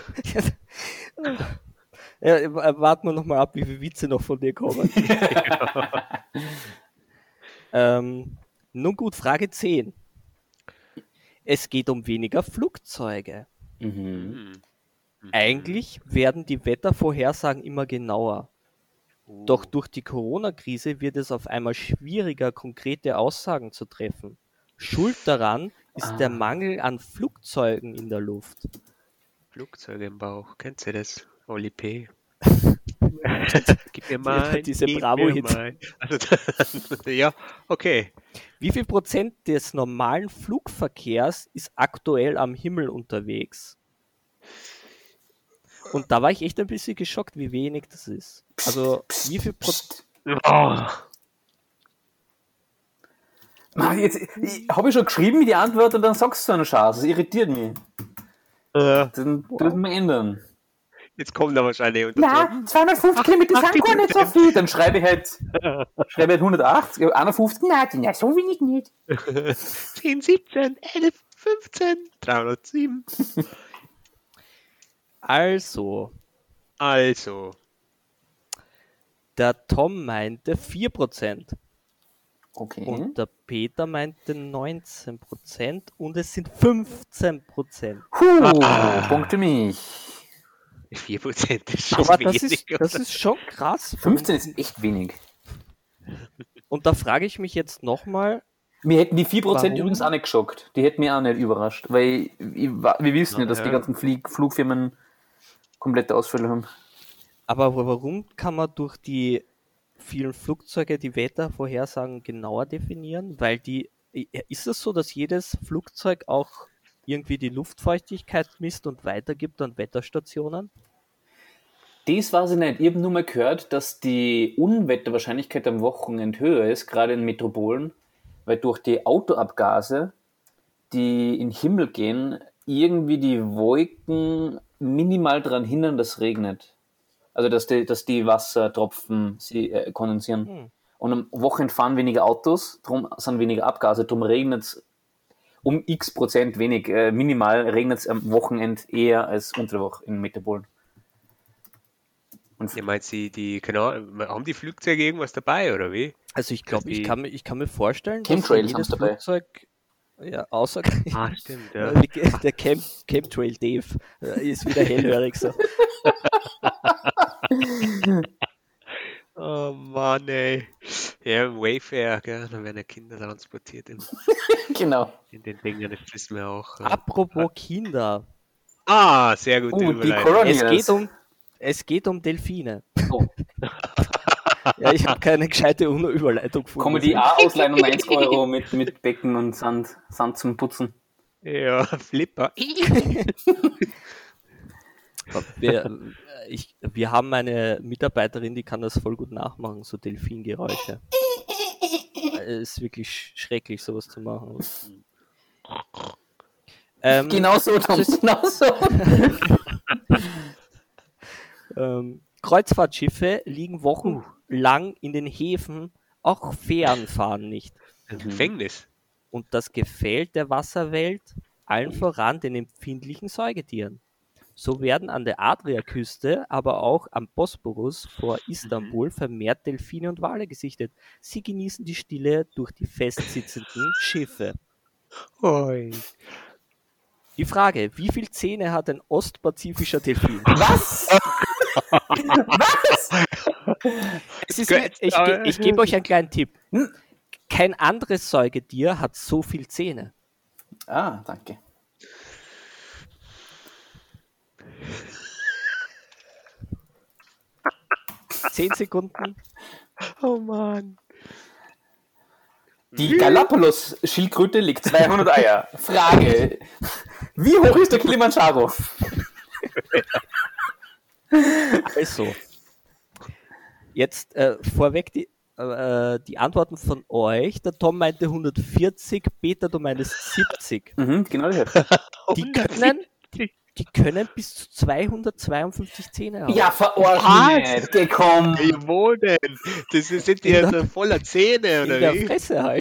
Ja, warten wir nochmal ab, wie viele Witze noch von dir kommen. Nun gut, Frage 10. Es geht um weniger Flugzeuge. Mhm. Eigentlich werden die Wettervorhersagen immer genauer. Doch Uh, durch die Corona-Krise wird es auf einmal schwieriger, konkrete Aussagen zu treffen. Schuld daran ist der Mangel an Flugzeugen in der Luft. Flugzeuge im Bauch, kennt ihr das? Oli P. Gib mir mal, Diese gib Bravo-Hits. mir mal. Also, ja, okay. Wie viel Prozent des normalen Flugverkehrs ist aktuell am Himmel unterwegs? Und da war ich echt ein bisschen geschockt, wie wenig das ist. Also, wie viel Prozent? Oh, Jetzt habe ich schon geschrieben die Antwort und dann sagst du so einen Scheiß. Das irritiert mich. Dann müssen wir ändern. jetzt kommt er wahrscheinlich unter Na, 250 Kilometer sind gar nicht so viel. Dann schreibe ich halt 180, 51, na, so wenig nicht. 10, 17, 11, 15, 307. Also, Also, der Tom meinte 4%. Okay. Und der Peter meinte 19% und es sind 15%. Punkt für mich. 4% ist schon Aber wenig. das ist schon krass. 15 ist echt wenig. Und da frage ich mich jetzt nochmal, Mir hätten die 4% Warum? übrigens auch nicht geschockt. Die hätten mich auch nicht überrascht. Weil wir wissen ja, dass die Ja. ganzen Flugfirmen komplette Ausfälle haben. aber warum kann man durch die vielen Flugzeuge die Wettervorhersagen genauer definieren? Weil ist es so, dass jedes Flugzeug auch irgendwie die Luftfeuchtigkeit misst und weitergibt an Wetterstationen? Das weiß ich nicht. Ich habe nur mal gehört, dass die Unwetterwahrscheinlichkeit am Wochenende höher ist, gerade in Metropolen, weil durch die Autoabgase, die in den Himmel gehen, irgendwie die Wolken minimal daran hindern, dass es regnet. Also dass die Wassertropfen kondensieren. Und am Wochenende fahren weniger Autos, darum sind weniger Abgase, darum regnet es um x% wenig. Minimal regnet es am Wochenende eher als unter der Woche in Metropolen. Ich meine, haben die Flugzeuge irgendwas dabei, oder wie? Also ich glaube, die- ich kann mir vorstellen, Chemtrails jedes haben's dabei. Flugzeug, ja, außer Ah, stimmt, ja. der Chemtrail Dave ist wieder hellhörig so. Oh Mann, ey. Ja, im Wayfair, gell, da werden ja Kinder transportiert Genau. in den Dingen, das wissen wir auch. Apropos Kinder, Sehr gute Die Überleitung. Colonials. es geht um Delfine. Oh. Ja, ich habe keine gescheite Überleitung gefunden. Kommen die auch ausleihen um 90 Euro mit Becken und Sand zum Putzen? Ja, Flipper. Wir haben eine Mitarbeiterin, die kann das voll gut nachmachen, so Delfingeräusche. Es ist wirklich schrecklich, sowas zu machen. Genau so, Tom, genau so. Kreuzfahrtschiffe liegen wochenlang in den Häfen, auch Fähren fahren nicht. Ein Gefängnis. Und das gefällt der Wasserwelt, allen voran den empfindlichen Säugetieren. So werden an der Adriaküste, aber auch am Bosporus vor Istanbul vermehrt Delfine und Wale gesichtet. Sie genießen die Stille durch die festsitzenden Schiffe. Oi. Die Frage, wie viele Zähne hat ein ostpazifischer Delfin? Was? Ich gebe euch einen kleinen Tipp. Kein anderes Säugetier hat so viele Zähne. Ah, danke. 10 Sekunden. Oh Mann. Die Galapagos-Schildkröte legt 200 Eier. Frage. Wie hoch ist der Kilimanjaro? Also, jetzt vorweg die Antworten von euch. Der Tom meinte 140, Peter, du meinst 70. Genau das. Die können bis zu 252 Zähne haben. Ja, verarsch mich nicht. Geh, komm. Wie wohl denn? Sind die ja so voller Zähne, In oder der wie? Fresse halt.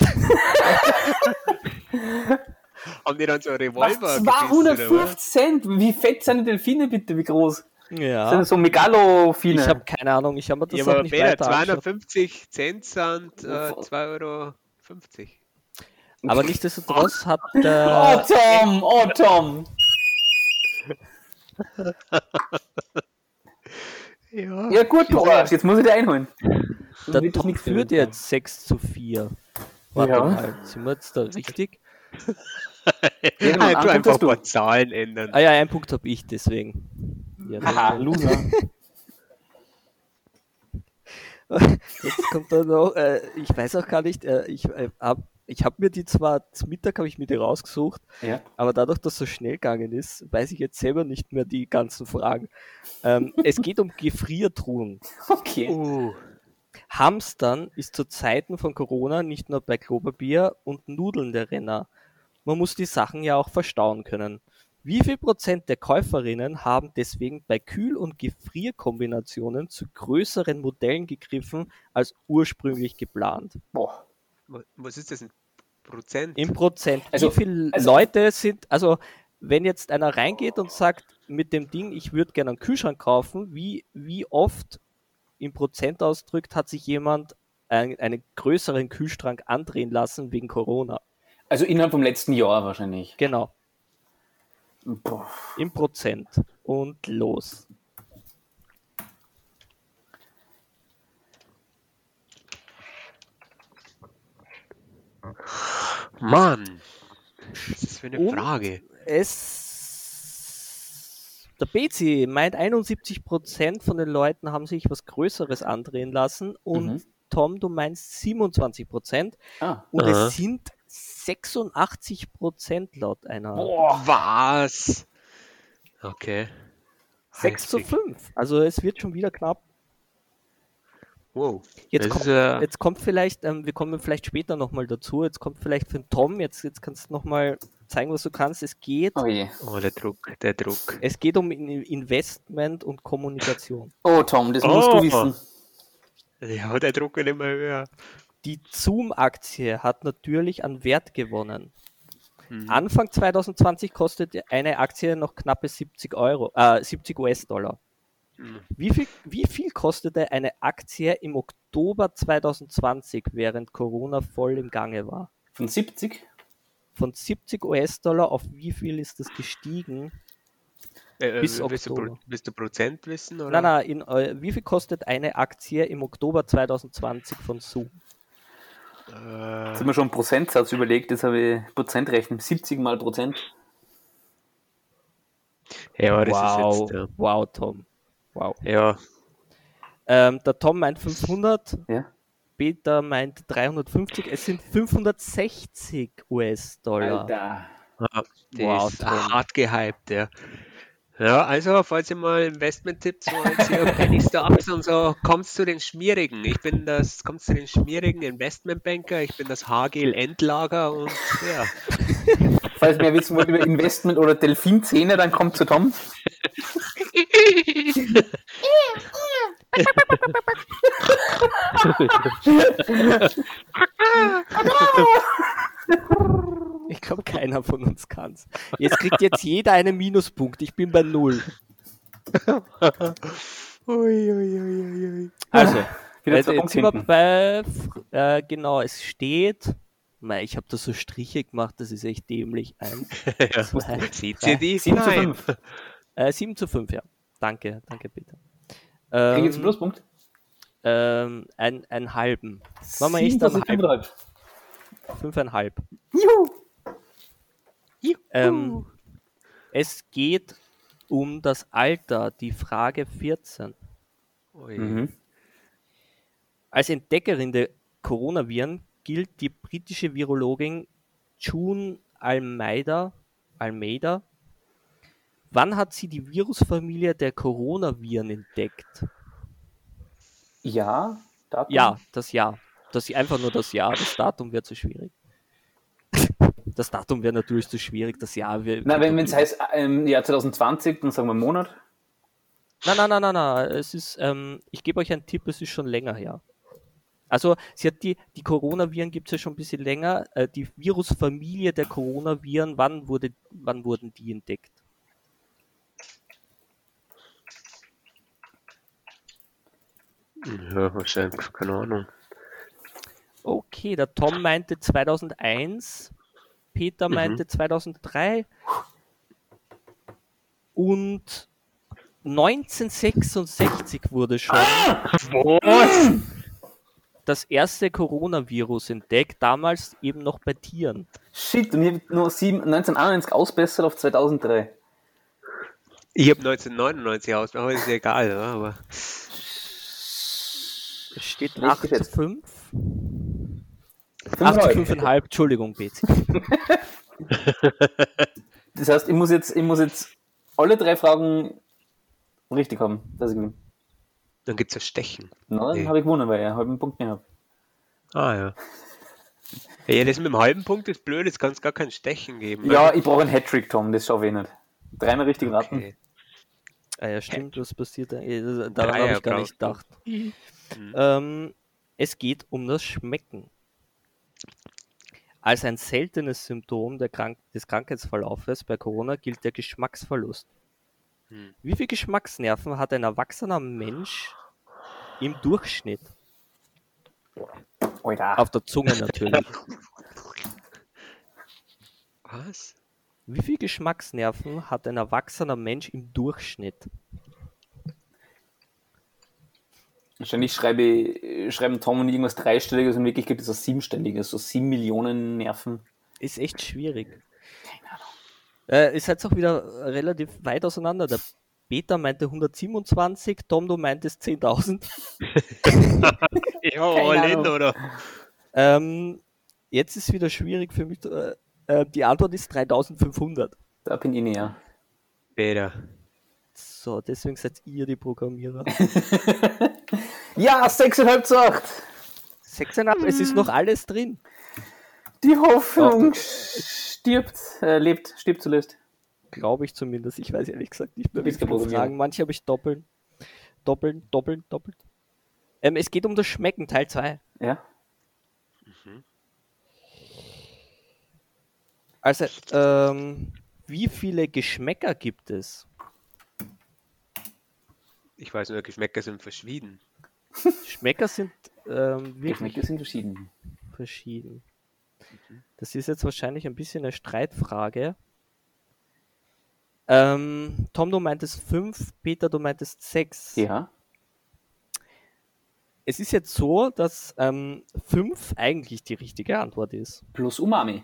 Haben die dann so Was, Revolver 250 Cent? Wie fett sind die Delfine bitte? Wie groß? Sind Ja, das so Megalofine? ich habe keine Ahnung. Ich habe mir das Ja, auch aber nicht Peter, weiter angeschaut. 250 Cent sind 2,50 Euro. Aber nichtsdestotrotz hat Oh, der Tom! Oh, Tom! Ja, Ja, gut, du Arsch, jetzt muss ich dir einholen. Der Wird das Tom nichts führt werden. jetzt 6:4. Warte Ja. mal, sind wir jetzt da richtig? Ja, genau, Du Punkt einfach hast ein paar du. Zahlen ändern. Ah ja, einen Punkt habe ich, deswegen. Ja, Haha, Loser. jetzt kommt da noch, ich weiß auch gar nicht, ich hab mir die zwar, zum Mittag habe ich mir die rausgesucht, Ja. aber dadurch, dass es so schnell gegangen ist, weiß ich jetzt selber nicht mehr die ganzen Fragen. Es geht um Gefriertruhen. Okay. Hamstern ist zu Zeiten von Corona nicht nur bei Klopapier und Nudeln der Renner. Man muss die Sachen ja auch verstauen können. Wie viel Prozent der Käuferinnen haben deswegen bei Kühl- und Gefrierkombinationen zu größeren Modellen gegriffen als ursprünglich geplant? Boah. Was ist das in Prozent? Im Prozent. Also- Wie viele also- Leute sind, also wenn jetzt einer reingeht und sagt mit dem Ding, ich würde gerne einen Kühlschrank kaufen, wie oft im Prozent ausdrückt, hat sich jemand einen größeren Kühlschrank andrehen lassen wegen Corona? Also innerhalb vom letzten Jahr wahrscheinlich. Genau, Boah. im Prozent. Und los. Mann, was ist das für eine Und Frage? Der Bezi meint, 71% von den Leuten haben sich was Größeres andrehen lassen und Mhm. Tom, du meinst 27%. Ah. Und Aha. es sind 86% laut einer. Boah. Was? Okay. 6:5. Also es wird schon wieder knapp. Wow. Jetzt Das kommt, ist, jetzt kommt vielleicht, wir kommen vielleicht später nochmal dazu, jetzt kommt vielleicht für den Tom, jetzt kannst du nochmal zeigen, was du kannst. Es geht, Oh je. oh, der Druck, der Druck. es geht um Investment und Kommunikation. Oh, Tom, das musst du Oh. wissen. Ja, der Druck wird immer höher. Die Zoom-Aktie hat natürlich an Wert gewonnen. Mhm. Anfang 2020 kostete eine Aktie noch knappe 70 US-Dollar. Mhm. Wie viel kostete eine Aktie im Oktober 2020, während Corona voll im Gange war? Von 70? Von 70 US-Dollar auf wie viel ist das gestiegen? Bis Oktober. Willst du Prozent wissen? Oder? Nein, wie viel kostet eine Aktie im Oktober 2020 von Zoom? Jetzt haben wir schon einen Prozentsatz überlegt, jetzt habe ich Prozent rechnen. 70 mal Prozent. Ja, das Wow, ist jetzt. wow, Tom. Wow. Ja, Der Tom meint 500, Ja. Peter meint 350, es sind 560 US-Dollar. Alter. das Wow, ist Tom. hart gehypt, ja. Ja, also, falls ihr mal Investment-Tipps wollt, hier Penny Stocks und so, kommt's zu den Schmierigen. Kommt's zu den schmierigen Investmentbanker, ich bin das Hagel Endlager und ja. Falls mehr wissen wollt über Investment oder Delfinzähne, dann kommt zu Tom. Ich glaube, keiner von uns kann's. Jetzt kriegt jetzt jeder einen Minuspunkt. Ich bin bei 0. Ui. Also, Wieder 2 jetzt Punkte sind wir hinten. bei, genau, es steht, ich habe da so Striche gemacht, das ist echt dämlich. 1, 2, Seht ihr die? 7 zu Nein. 5. 7:5, ja. Danke, Peter. Krieg ich jetzt einen Pluspunkt? Einen halben. Machen wir echt 7 zu einen halben. 5,5. 5,5. Juhu! Es geht um das Alter, die Frage 14. Ui. Mhm. Als Entdeckerin der Coronaviren gilt die britische Virologin June Almeida. Wann hat sie die Virusfamilie der Coronaviren entdeckt? Ja, Datum? Ja, das Jahr. Einfach nur das Jahr. Das Datum wäre zu schwierig. Das Datum wäre natürlich zu schwierig. Das Jahr wäre. Na, wenn es heißt Jahr 2020, dann sagen wir Monat. Nein. Es ist, ich gebe euch einen Tipp, es ist schon länger her. Also, sie hat die Coronaviren gibt es ja schon ein bisschen länger. Die Virusfamilie der Coronaviren, wann wurden die entdeckt? Ja, wahrscheinlich, keine Ahnung. okay. Der Tom meinte 2001, Peter meinte 2003 und 1966 wurde schon das erste Coronavirus entdeckt, damals eben noch bei Tieren. Shit, und ich habe nur 1991 ausbessert auf 2003. Ich habe 1999 aus, aber ist ja egal, ja, aber Es steht Richtig 8 zu geschätzt. 5. 8 zu 5,5, Entschuldigung, Bezi. Das heißt, ich muss jetzt alle 3 Fragen richtig haben, dass ich gewinne. dann gibt es ein Stechen. Na, dann Nee. habe ich gewonnen, weil ich einen halben Punkt mehr habe. Ah ja. Ja, das mit dem halben Punkt ist blöd, jetzt kann es gar kein Stechen geben. Ja, ich brauche einen Hattrick, Tom, das schaffe ich nicht. 3-mal richtig raten. Okay. Ah ja, stimmt, was passiert da? Daran Dreier habe ich gar nicht brauchst gedacht. Es geht um das Schmecken. Als ein seltenes Symptom des Krankheitsverlaufes bei Corona gilt der Geschmacksverlust. Wie viele Geschmacksnerven hat ein erwachsener Mensch im Durchschnitt? Alter. Auf der Zunge natürlich. Was? Wie viele Geschmacksnerven hat ein erwachsener Mensch im Durchschnitt? Wahrscheinlich schreiben Tom und irgendwas Dreistelliges und in Wirklichkeit ist das 7-stelliges, so 7 Millionen Nerven. Ist echt schwierig. Ist jetzt auch wieder relativ weit auseinander. Der Peter meinte 127, Tom, du meintest 10.000. Ja, all in, Ahnung. oder? Jetzt ist wieder schwierig für mich. Die Antwort ist 3.500. Da bin ich näher. Peter. So, deswegen seid ihr die Programmierer. Ja, 6,5 zu 8. 6,5, es ist noch alles drin. Die Hoffnung stirbt zuletzt. Glaube ich zumindest. Ich weiß ehrlich gesagt nicht mehr, wie Bist kein viele Programmierer. Fragen. Manche habe ich doppelt. Es geht um das Schmecken, Teil 2. Ja. Also, wie viele Geschmäcker gibt es? Ich weiß nur, Geschmäcker sind verschieden. Geschmäcker sind wirklich Geschmäcker sind verschieden. verschieden. Das ist jetzt wahrscheinlich ein bisschen eine Streitfrage. Tom, du meintest 5, Peter, du meintest 6. Ja. Es ist jetzt so, dass 5 eigentlich die richtige Antwort ist. Plus Umami.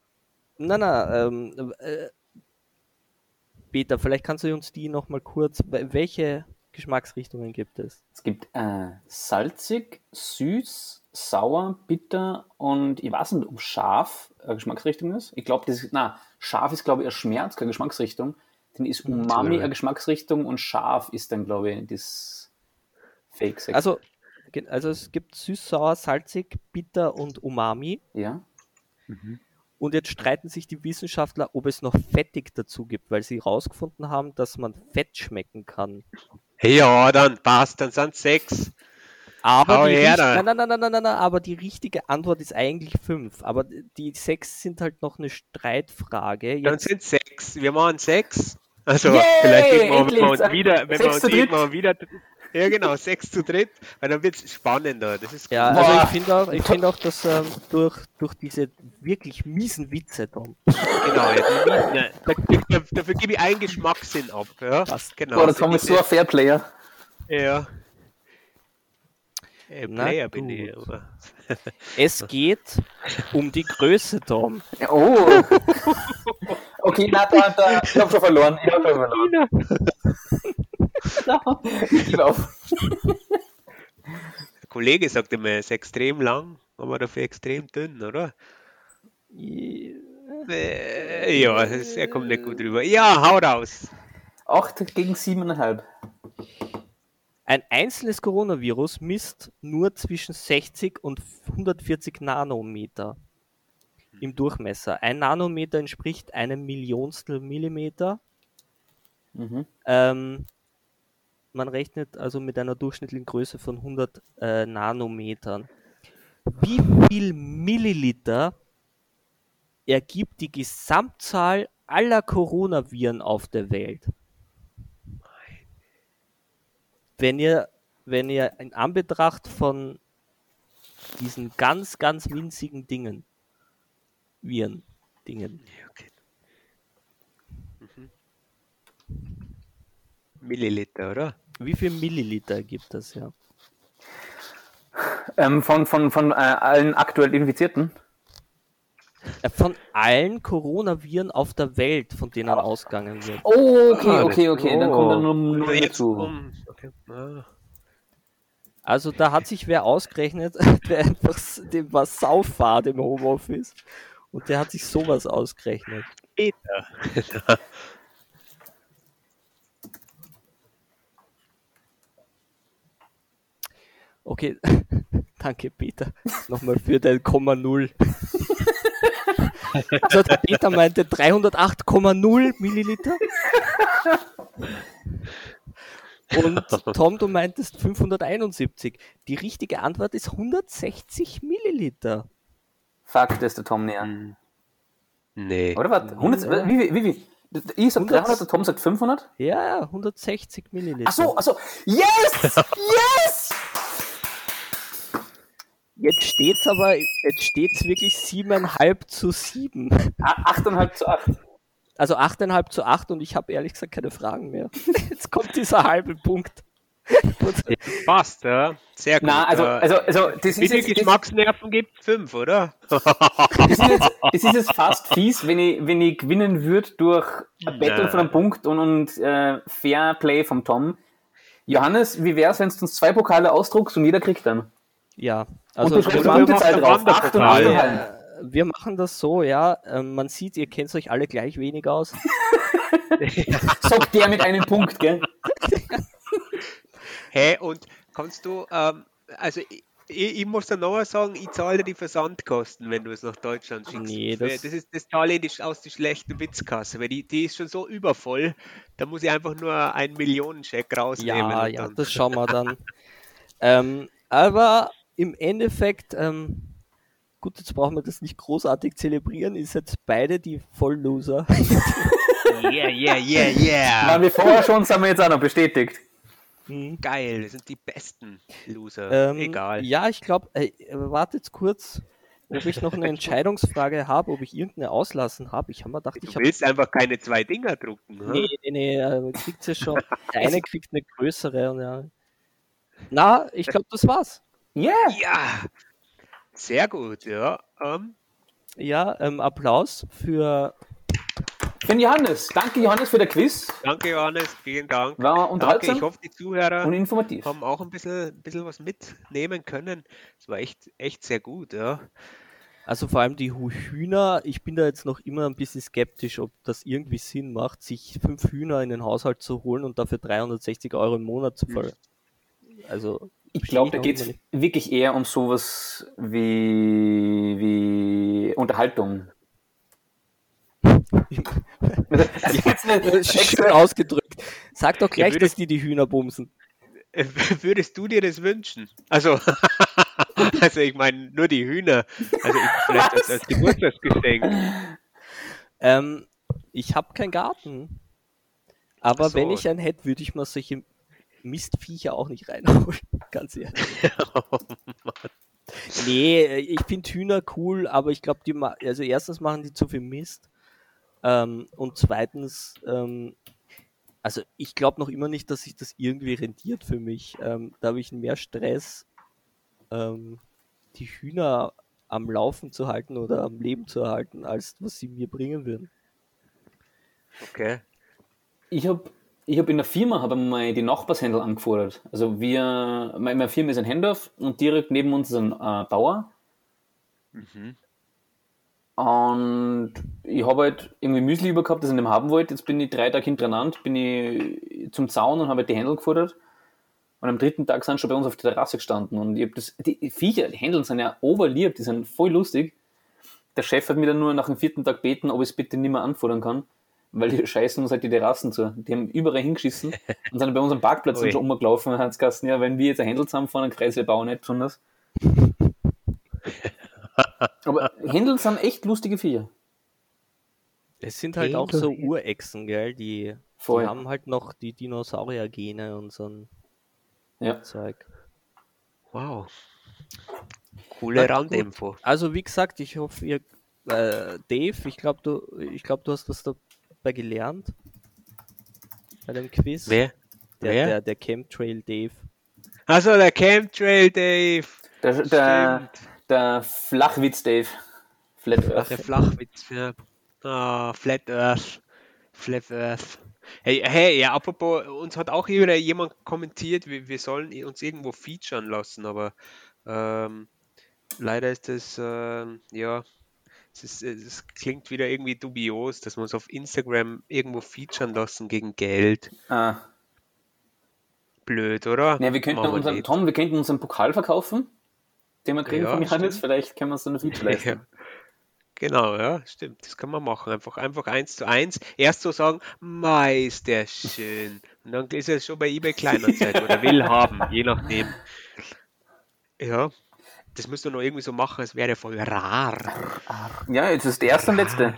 Nein, Peter, vielleicht kannst du uns die nochmal kurz, welche Geschmacksrichtungen gibt es? Es gibt salzig, süß, sauer, bitter und ich weiß nicht, ob scharf eine Geschmacksrichtung ist. Ich glaube, scharf ist, glaube ich, ein Schmerz, keine Geschmacksrichtung. Dann ist Umami eine Geschmacksrichtung und scharf ist dann, glaube ich, das Fake Sex. Also es gibt süß, sauer, salzig, bitter und Umami. Ja. Und jetzt streiten sich die Wissenschaftler, ob es noch fettig dazu gibt, weil sie herausgefunden haben, dass man Fett schmecken kann. Ja, dann passt, dann sind 6. Aber Hau die, her, da. nein, aber die richtige Antwort ist eigentlich 5. Aber die 6 sind halt noch eine Streitfrage. Dann Jetzt, sind 6. Wir machen 6. Also, Yay, vielleicht irgendwann, endlich! wenn wir uns wieder, wenn wir 6 uns zu dritt. irgendwann wieder, ja genau, 6 zu dritt, weil dann wird es spannender. Das ist ja, gut. also Boah. ich finde auch, dass durch diese wirklich miesen Witze, Tom, Genau, ja, dafür gebe ich einen Geschmackssinn ab. Ja, Passt. genau. Boah, der Tom ist so ein Fairplayer. Ja. Na Player bin gut. ich, aber. es geht um die Größe, Tom. Oh. Okay, ich habe schon verloren. Ich gebe auf. Der Kollege sagt immer, er ist extrem lang, aber dafür extrem dünn, oder? Ja, er kommt nicht gut rüber. Ja, hau raus. 8 gegen 7,5. Ein einzelnes Coronavirus misst nur zwischen 60 und 140 Nanometer im Durchmesser. Ein Nanometer entspricht einem Millionstel Millimeter. Man rechnet also mit einer durchschnittlichen Größe von 100 Nanometern. Wie viel Milliliter ergibt die Gesamtzahl aller Coronaviren auf der Welt? Wenn ihr in Anbetracht von diesen ganz, ganz winzigen Dingen. Viren-Dingen. Okay. Milliliter, oder? Wie viel Milliliter gibt es, ja? Von allen aktuell Infizierten? Von allen Coronaviren auf der Welt, von denen ausgegangen wird. Oh, okay. Dann kommt dann nur Jetzt dazu. Okay. Ah. Also da hat sich wer ausgerechnet, der einfach, dem war saufahrt im Homeoffice und der hat sich sowas ausgerechnet. Peter. Okay, danke Peter, nochmal für dein Komma Null. Also der Peter meinte 308,0 Milliliter. Und Tom, du meintest 571. Die richtige Antwort ist 160 Milliliter. Fuck, das ist der Tom näher. Nee. Oder was? 100, wie? Ich sag 300, der Tom sagt 500? Ja, 160 Milliliter. Achso. Yes! Yes! Jetzt steht's wirklich 7,5:7. 8,5:8. Also 8,5:8 und ich habe ehrlich gesagt keine Fragen mehr. Jetzt kommt dieser halbe Punkt. Passt, ja. Sehr gut. Na, also das Wie ist viele jetzt, Geschmacksnerven gibt es? 5, oder? das ist jetzt fast fies, wenn ich gewinnen würde durch ein Battle von einem Punkt und Fair Play vom Tom. Johannes, wie wär's, wenn du uns 2 Pokale ausdruckst und jeder kriegt dann? Ja, Und also du schreibst wir Punktezahl machen drauf. 8 und Wanderpokal. 8,5. wir machen das so, ja. Man sieht, ihr kennt euch alle gleich wenig aus. Sagt der mit einem Punkt, gell? Hey, und kannst du, also ich muss dann noch mal sagen, ich zahle die Versandkosten, wenn du es nach Deutschland schickst. Nee, Das zahle ich aus der schlechten Witzkasse, weil die ist schon so übervoll, da muss ich einfach nur einen Millionencheck rausnehmen. Ja, und ja, dann. das schauen wir dann. Aber im Endeffekt, gut, jetzt brauchen wir das nicht großartig zelebrieren, ist jetzt beide die Vollloser. Yeah. Waren wir vorher schon, sind wir jetzt auch noch bestätigt. Geil, das sind die besten Loser. Egal. Ja, ich glaube, wartet kurz, ob ich noch eine Entscheidungsfrage habe, ob ich irgendeine auslassen habe. Ich habe mir gedacht, Du willst einfach keine 2 Dinger drucken. Nee, kriegt sie schon. Der eine kriegt eine größere und ja. Na, ich glaube, das war's. Yeah! Ja, sehr gut, ja. Ja, Applaus für. Für den Johannes. Danke, Johannes, für den Quiz. Danke, Johannes, vielen Dank. War Danke, unterhaltsam ich hoffe, die Zuhörer und informativ. haben auch ein bisschen was mitnehmen können. Es war echt sehr gut, ja. Also vor allem die Hühner, ich bin da jetzt noch immer ein bisschen skeptisch, ob das irgendwie Sinn macht, sich 5 Hühner in den Haushalt zu holen und dafür 360 Euro im Monat zu verlangen. Also Ich glaube, da geht es wirklich eher um sowas wie Unterhaltung. Schön ausgedrückt. Sag doch gleich, dass die Hühner bumsen. Würdest du dir das wünschen? Also ich meine, nur die Hühner. Also vielleicht als Geburtstagsgeschenk. Ich habe keinen Garten. Aber so. wenn ich einen hätte, würde ich mal solche Mistviecher auch nicht reinholen. Ganz ehrlich. Oh, nee, ich finde Hühner cool, aber ich glaube, also erstens machen die zu viel Mist. Und zweitens, also ich glaube noch immer nicht, dass sich das irgendwie rentiert für mich. Da habe ich mehr Stress, die Hühner am Laufen zu halten oder am Leben zu erhalten, als was sie mir bringen würden. Okay. Ich hab in der Firma mal die Nachbarshändler angefordert. Also meine Firma ist in Hendorf und direkt neben uns ist ein Bauer. Mhm. Und ich habe halt irgendwie Müsli über gehabt, das ich nicht haben wollte. Jetzt bin ich 3 Tage hintereinander, bin ich zum Zaun und habe halt die Händel gefordert. Und am 3. Tag sind sie schon bei uns auf der Terrasse gestanden. Und ich habe die Viecher, die Händel sind ja oberlieb, die sind voll lustig. Der Chef hat mir dann nur nach dem 4. Tag gebeten, ob ich es bitte nicht mehr anfordern kann, weil die scheißen uns halt die Terrassen zu. Die haben überall hingeschissen und sind bei unserem Parkplatz schon rumgelaufen und haben gesagt, ja, wenn wir jetzt ein Händel zusammenfahren, dann kreisen wir Bau nicht besonders. Aber Händel sind echt lustige Viecher. Es sind halt auch so Urechsen, gell? Die haben halt noch die Dinosaurier-Gene und so ein Zeug. Wow. Coole Na, Randinfo. Also wie gesagt, ich hoffe, ihr, Dave, ich glaube, du hast was dabei gelernt bei dem Quiz. Wer? Wer? Der Chemtrail Dave. Also der Chemtrail Dave. Der Flachwitz Dave. Flat Flache Earth. Flachwitz. Ja. Flat Earth. Flat Earth. Hey, ja, apropos, uns hat auch wieder jemand kommentiert, wir sollen uns irgendwo featuren lassen, aber leider ist das, ja, es klingt wieder irgendwie dubios, dass wir uns auf Instagram irgendwo featuren lassen gegen Geld. Blöd, oder? Ja, wir könnten Machen wir nicht. wir könnten unseren Pokal verkaufen, den wir kriegen Ja, von Johannes. stimmt. Vielleicht können wir uns dann ein Feature leisten. Ja. Genau, ja, stimmt. Das kann man machen. Einfach 1:1. Erst so sagen, Mei, ist der schön. Und dann ist er schon bei eBay Kleinanzeigen oder will haben, je nachdem. Ja, das müsst ihr noch irgendwie so machen, als wäre der voll rar. Ja, jetzt ist der erste und letzte.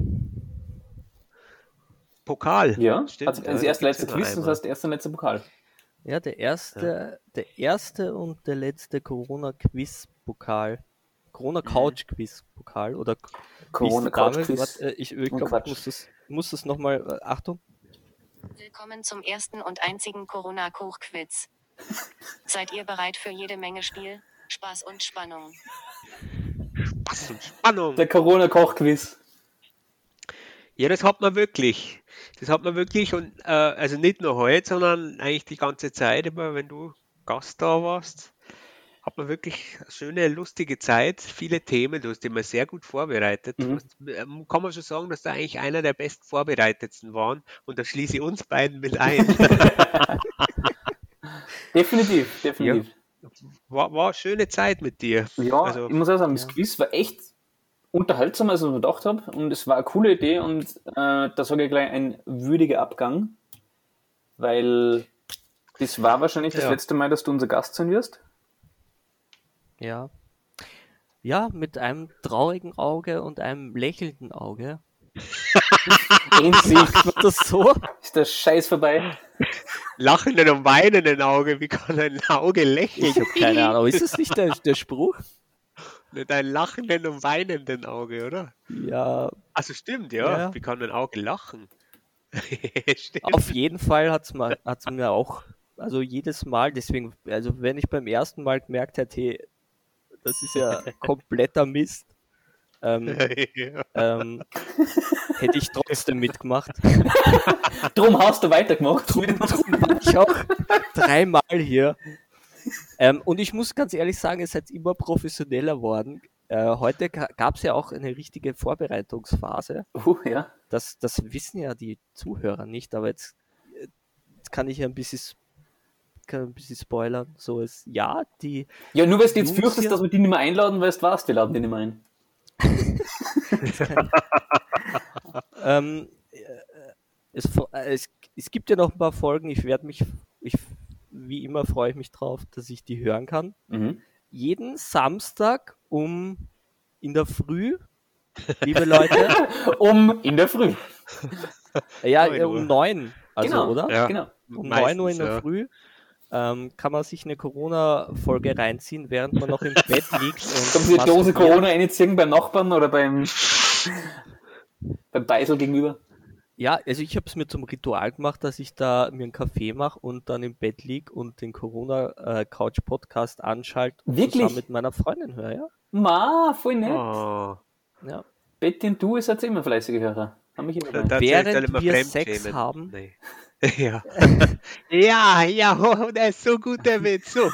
Pokal. Ja, stimmt. also das ja, erste da letzte gibt's ja Quiz, noch das einmal. heißt der erste und letzte Pokal. Ja, der erste und der letzte Corona-Quiz-Pokal. Corona-Couch-Quiz-Pokal oder Corona-Couch-Quiz. Ich Und glaube, Quatsch. ich muss das nochmal, Achtung. Willkommen zum ersten und einzigen Corona-Koch-Quiz. Seid ihr bereit für jede Menge Spiel, Spaß und Spannung? Spaß und Spannung. Der Corona-Koch-Quiz. Ja, das hat man wirklich. Das hat man wirklich und also nicht nur heute, sondern eigentlich die ganze Zeit, immer wenn du Gast da warst, hat man wirklich eine schöne, lustige Zeit, viele Themen, du hast immer sehr gut vorbereitet. Mhm. Kann man schon sagen, dass da eigentlich einer der best vorbereitetsten waren und da schließe ich uns beiden mit ein. Definitiv. War eine schöne Zeit mit dir. Ja, Also, ich muss auch sagen, das Quiz war echt unterhaltsamer, als ich mir gedacht habe. Und es war eine coole Idee und da sage ich gleich ein würdiger Abgang, weil das war wahrscheinlich das Ja. letzte Mal, dass du unser Gast sein wirst. Ja. Ja, mit einem traurigen Auge und einem lächelnden Auge. Endlich Sagt man das so? ist der Scheiß vorbei. lachenden und weinenden Auge, wie kann ein Auge lächeln? Ich habe keine Ahnung. Ist das nicht der Spruch? Mit einem lachenden und weinenden Auge, oder? Ja, Also stimmt, ja. Ja. Wie kann ein Auge lachen? Stimmt. auf jeden Fall hat's mir auch, also jedes Mal, deswegen, also wenn ich beim ersten Mal gemerkt hätte, hey, das ist ja kompletter Mist, Ja. hätte ich trotzdem mitgemacht. Drum hast du weitergemacht. Ich auch 3-mal hier. Und ich muss ganz ehrlich sagen, ihr seid immer professioneller worden. Heute gab es ja auch eine richtige Vorbereitungsphase. Ja. Das wissen ja die Zuhörer nicht, aber jetzt kann ich ja ein bisschen spoilern. So ist, ja, die Ja, nur weil du jetzt Jungs fürchtest, hier- dass wir die nicht mehr einladen, weil du weißt, wir laden die nicht mehr ein. Es gibt ja noch ein paar Folgen, wie immer freue ich mich drauf, dass ich die hören kann. Mhm. Jeden Samstag in der Früh, liebe Leute, In der Früh. ja, 9 Uhr. um 9, also, Genau. oder? Ja. Genau. Um Meistens, 9 Uhr in der ja. Früh kann man sich eine Corona-Folge reinziehen, während man noch im Bett liegt. Kannst du Und die Dose masturbiert. Corona einziehen beim Nachbarn oder beim Beisel gegenüber? Ja, also ich habe es mir zum Ritual gemacht, dass ich da mir einen Kaffee mache und dann im Bett lieg und den Corona-Couch-Podcast anschalte und Wirklich? zusammen mit meiner Freundin höre, ja? Ma, voll nett. Oh, Ja. Betty und du, ihr seid immer fleißige Hörer. Haben mich immer da dabei. erzählst du Während immer wir Fremdschämen. Sex haben. Nee. Ja. Ja, der ist so gut, der Witz. So.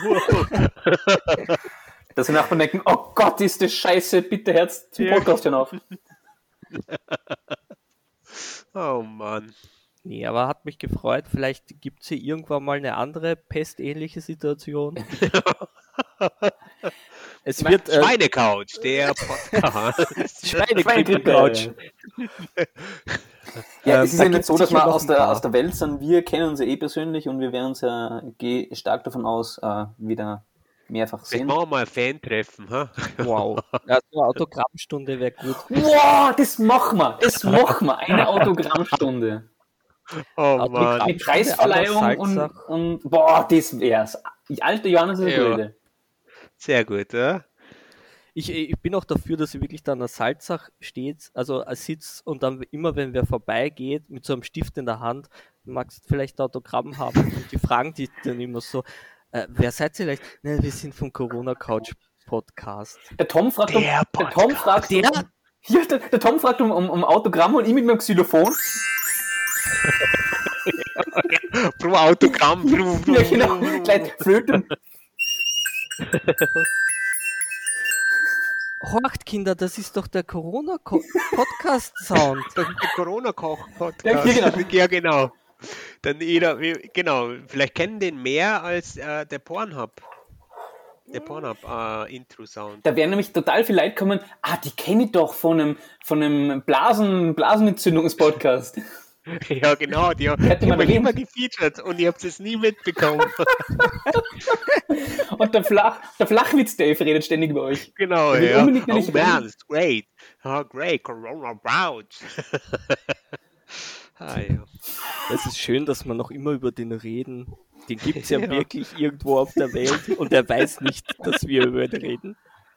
Dass die Nachbarn denken, oh Gott, ist das scheiße, bitte Herz zum Ja. Podcast hören auf. Oh Mann. Nee, aber hat mich gefreut. Vielleicht gibt es hier irgendwann mal eine andere pestähnliche Situation. Es wird Schweinecouch, der Podcast. Schweinegrippe-Couch. Ja, es ist da ja nicht gibt's so, dass sicher wir noch aus ein der, paar. aus der Welt sind. Wir kennen uns ja eh persönlich und wir werden uns ja stark davon aus wieder mehrfach Jetzt sehen. machen wir mal ein Fan-Treffen. Ha? Wow. Also eine Autogrammstunde wäre gut. Wow, das machen wir. Das machen wir. Eine Autogrammstunde. Oh Autogramm. Mann. Mit Preisverleihung Salzach. und boah, das wär's. Die alte Johannes ist eine Ja. gute Idee. Sehr gut, ja? Ich bin auch dafür, dass ihr wirklich da an der Salzach steht, also sitzt und dann immer, wenn wer vorbeigeht, mit so einem Stift in der Hand, magst vielleicht ein Autogramm haben und die fragen die dann immer so, wer seid ihr vielleicht? Ne, wir sind vom Corona-Couch-Podcast. Der Tom fragt um, Der der Tom fragt um, ja, der Tom fragt um Autogramm und ich mit meinem Xylophon. Pro Autogramm. Ja, genau. Gleich Flöten. Horcht, Kinder, das ist doch der Corona-Podcast-Sound. Das ist der Corona-Koch-Podcast. Ja, genau. Ja, genau. Dann genau, vielleicht kennen den mehr als der Pornhub. Der Pornhub-Intro-Sound. Da werden nämlich total viele Leute kommen, die kenne ich doch von einem Blasenentzündungspodcast. Ja, genau, die haben mich immer gefeatured und ich habe es nie mitbekommen. Und der Flachwitz-Dave redet ständig über euch. Genau, will ja. unbedingt nämlich Oh man, it's great. Oh, great, Corona Couch. Ja. Es ist schön, dass wir noch immer über den reden. Den gibt es ja wirklich irgendwo auf der Welt und er weiß nicht, dass wir über ihn reden.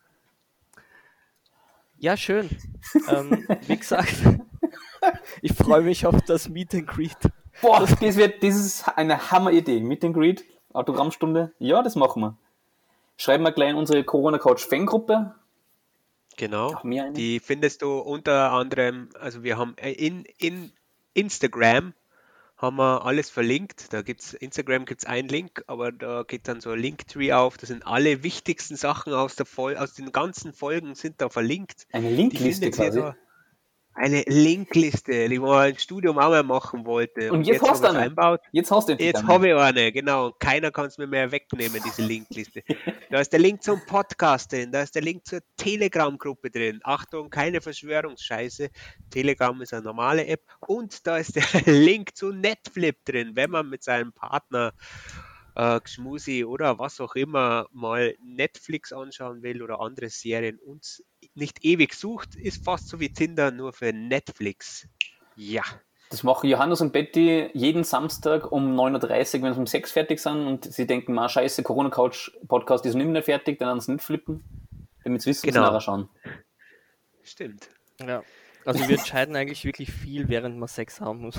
Ja, schön. Wie gesagt, ich freue mich auf das Meet and Greet. Boah, das ist eine Hammer-Idee. Meet and Greet, Autogrammstunde. Ja, das machen wir. Schreiben wir gleich in unsere Corona-Couch-Fangruppe. Genau. Die findest du unter anderem, also wir haben in Instagram haben wir alles verlinkt. Instagram gibt's einen Link, aber da geht dann so ein Linktree auf. Da sind alle wichtigsten Sachen aus den ganzen Folgen sind da verlinkt. Eine Linkliste quasi. Eine Linkliste, die man im Studium auch mal machen wollte. Und jetzt hast du eine. Einbaut. Jetzt habe ich eine, genau. Und keiner kann es mir mehr wegnehmen, diese Linkliste. Da ist der Link zum Podcast drin, da ist der Link zur Telegram-Gruppe drin. Achtung, keine Verschwörungsscheiße. Telegram ist eine normale App. Und da ist der Link zu Netflix drin, wenn man mit seinem Partner Gschmusi oder was auch immer mal Netflix anschauen will oder andere Serien und nicht ewig sucht, ist fast so wie Tinder, nur für Netflix. Ja. Das machen Johannes und Betty jeden Samstag um 9.30 Uhr, wenn sie um 6 fertig sind und sie denken, scheiße, Corona-Couch-Podcast ist noch nicht fertig, dann werden sie nicht flippen, damit sie wissen, was sie nachher schauen. Stimmt. Ja. Also wir entscheiden eigentlich wirklich viel, während man Sex haben muss.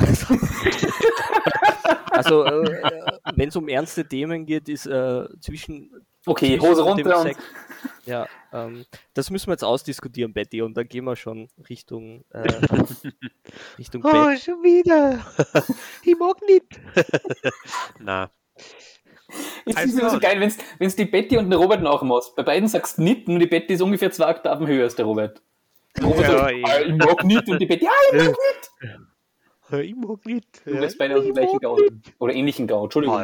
Also wenn es um ernste Themen geht, ist zwischen Hose runter und ja, das müssen wir jetzt ausdiskutieren, Betty, und dann gehen wir schon Richtung Bett. Oh, schon wieder. Ich mag nicht. Na. Es ist immer so geil, wenn es die Betty und den Robert nachmachst. Bei beiden sagst du nicht, nur die Betty ist ungefähr 2 Oktaven höher als der Robert. Der Robert sagt, ich mag nicht, und die Betty, ich mag nicht. Ich mag nicht. Du wärst beide aus dem gleichen Gau. Oder ähnlichen Gau, Entschuldigung.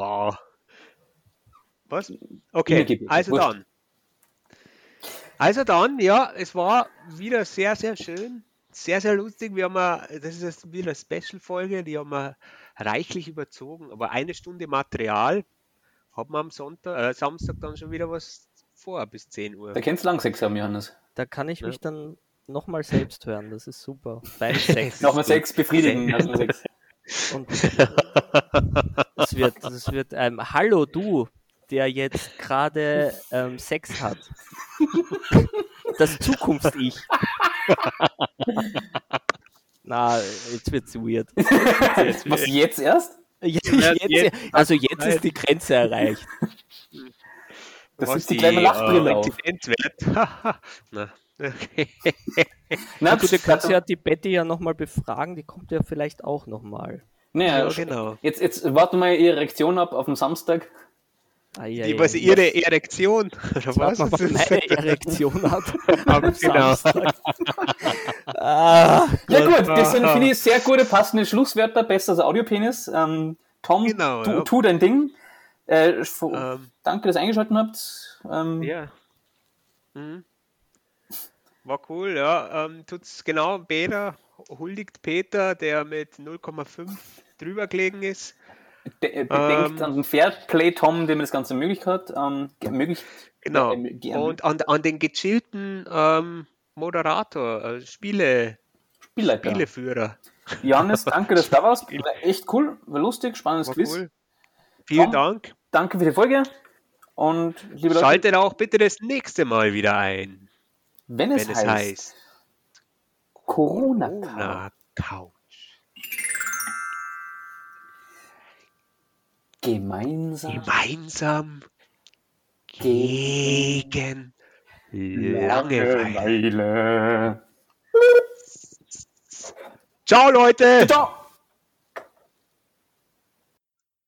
Was? Okay, also dann, ja, es war wieder sehr, sehr schön. Sehr, sehr lustig. Das ist jetzt wieder eine Special-Folge, die haben wir reichlich überzogen, aber 1 Stunde Material haben wir am Samstag dann schon wieder was vor, bis 10 Uhr. Da kannst du lang Sex haben, Johannes. Da kann ich mich dann nochmal selbst hören, das ist super. Beim Sex. Nochmal Sex befriedigen. Und das wird hallo du, der jetzt gerade Sex hat. Das Zukunfts-Ich. Na, jetzt wird's weird. Was, jetzt erst? Jetzt ist die Grenze erreicht. Das ist die kleine Lachbrille auf. Okay. Na, du kannst ja die Betty ja nochmal befragen, die kommt ja vielleicht auch nochmal. Naja, genau. Jetzt warten wir mal ihre Reaktion ab auf dem Samstag. Was ihre Erektion? Oder was meine Erektion hat. Genau. Ja gut, das sind, finde ich, sehr gute, passende Schlusswörter, besser als Audiopenis. Tom, genau, tu dein Ding. Danke, dass ihr eingeschaltet habt. Ja. War cool, ja. Tut's genau, Peter, huldigt Peter, der mit 0,5 drüber gelegen ist. Bedenkt an den Fairplay Tom, dem das Ganze möglich hat. Genau. Und an den gechillten Moderator, Spieleführer. Johannes, danke, dass du da warst. War echt cool, war lustig, spannendes Quiz. Cool. Vielen Dank. Danke für die Folge. Und liebe Leute, Schaltet auch bitte das nächste Mal wieder ein, wenn es heißt Corona Couch. gemeinsam gegen Langeweile. Langeweile. Ciao, Leute! Ciao!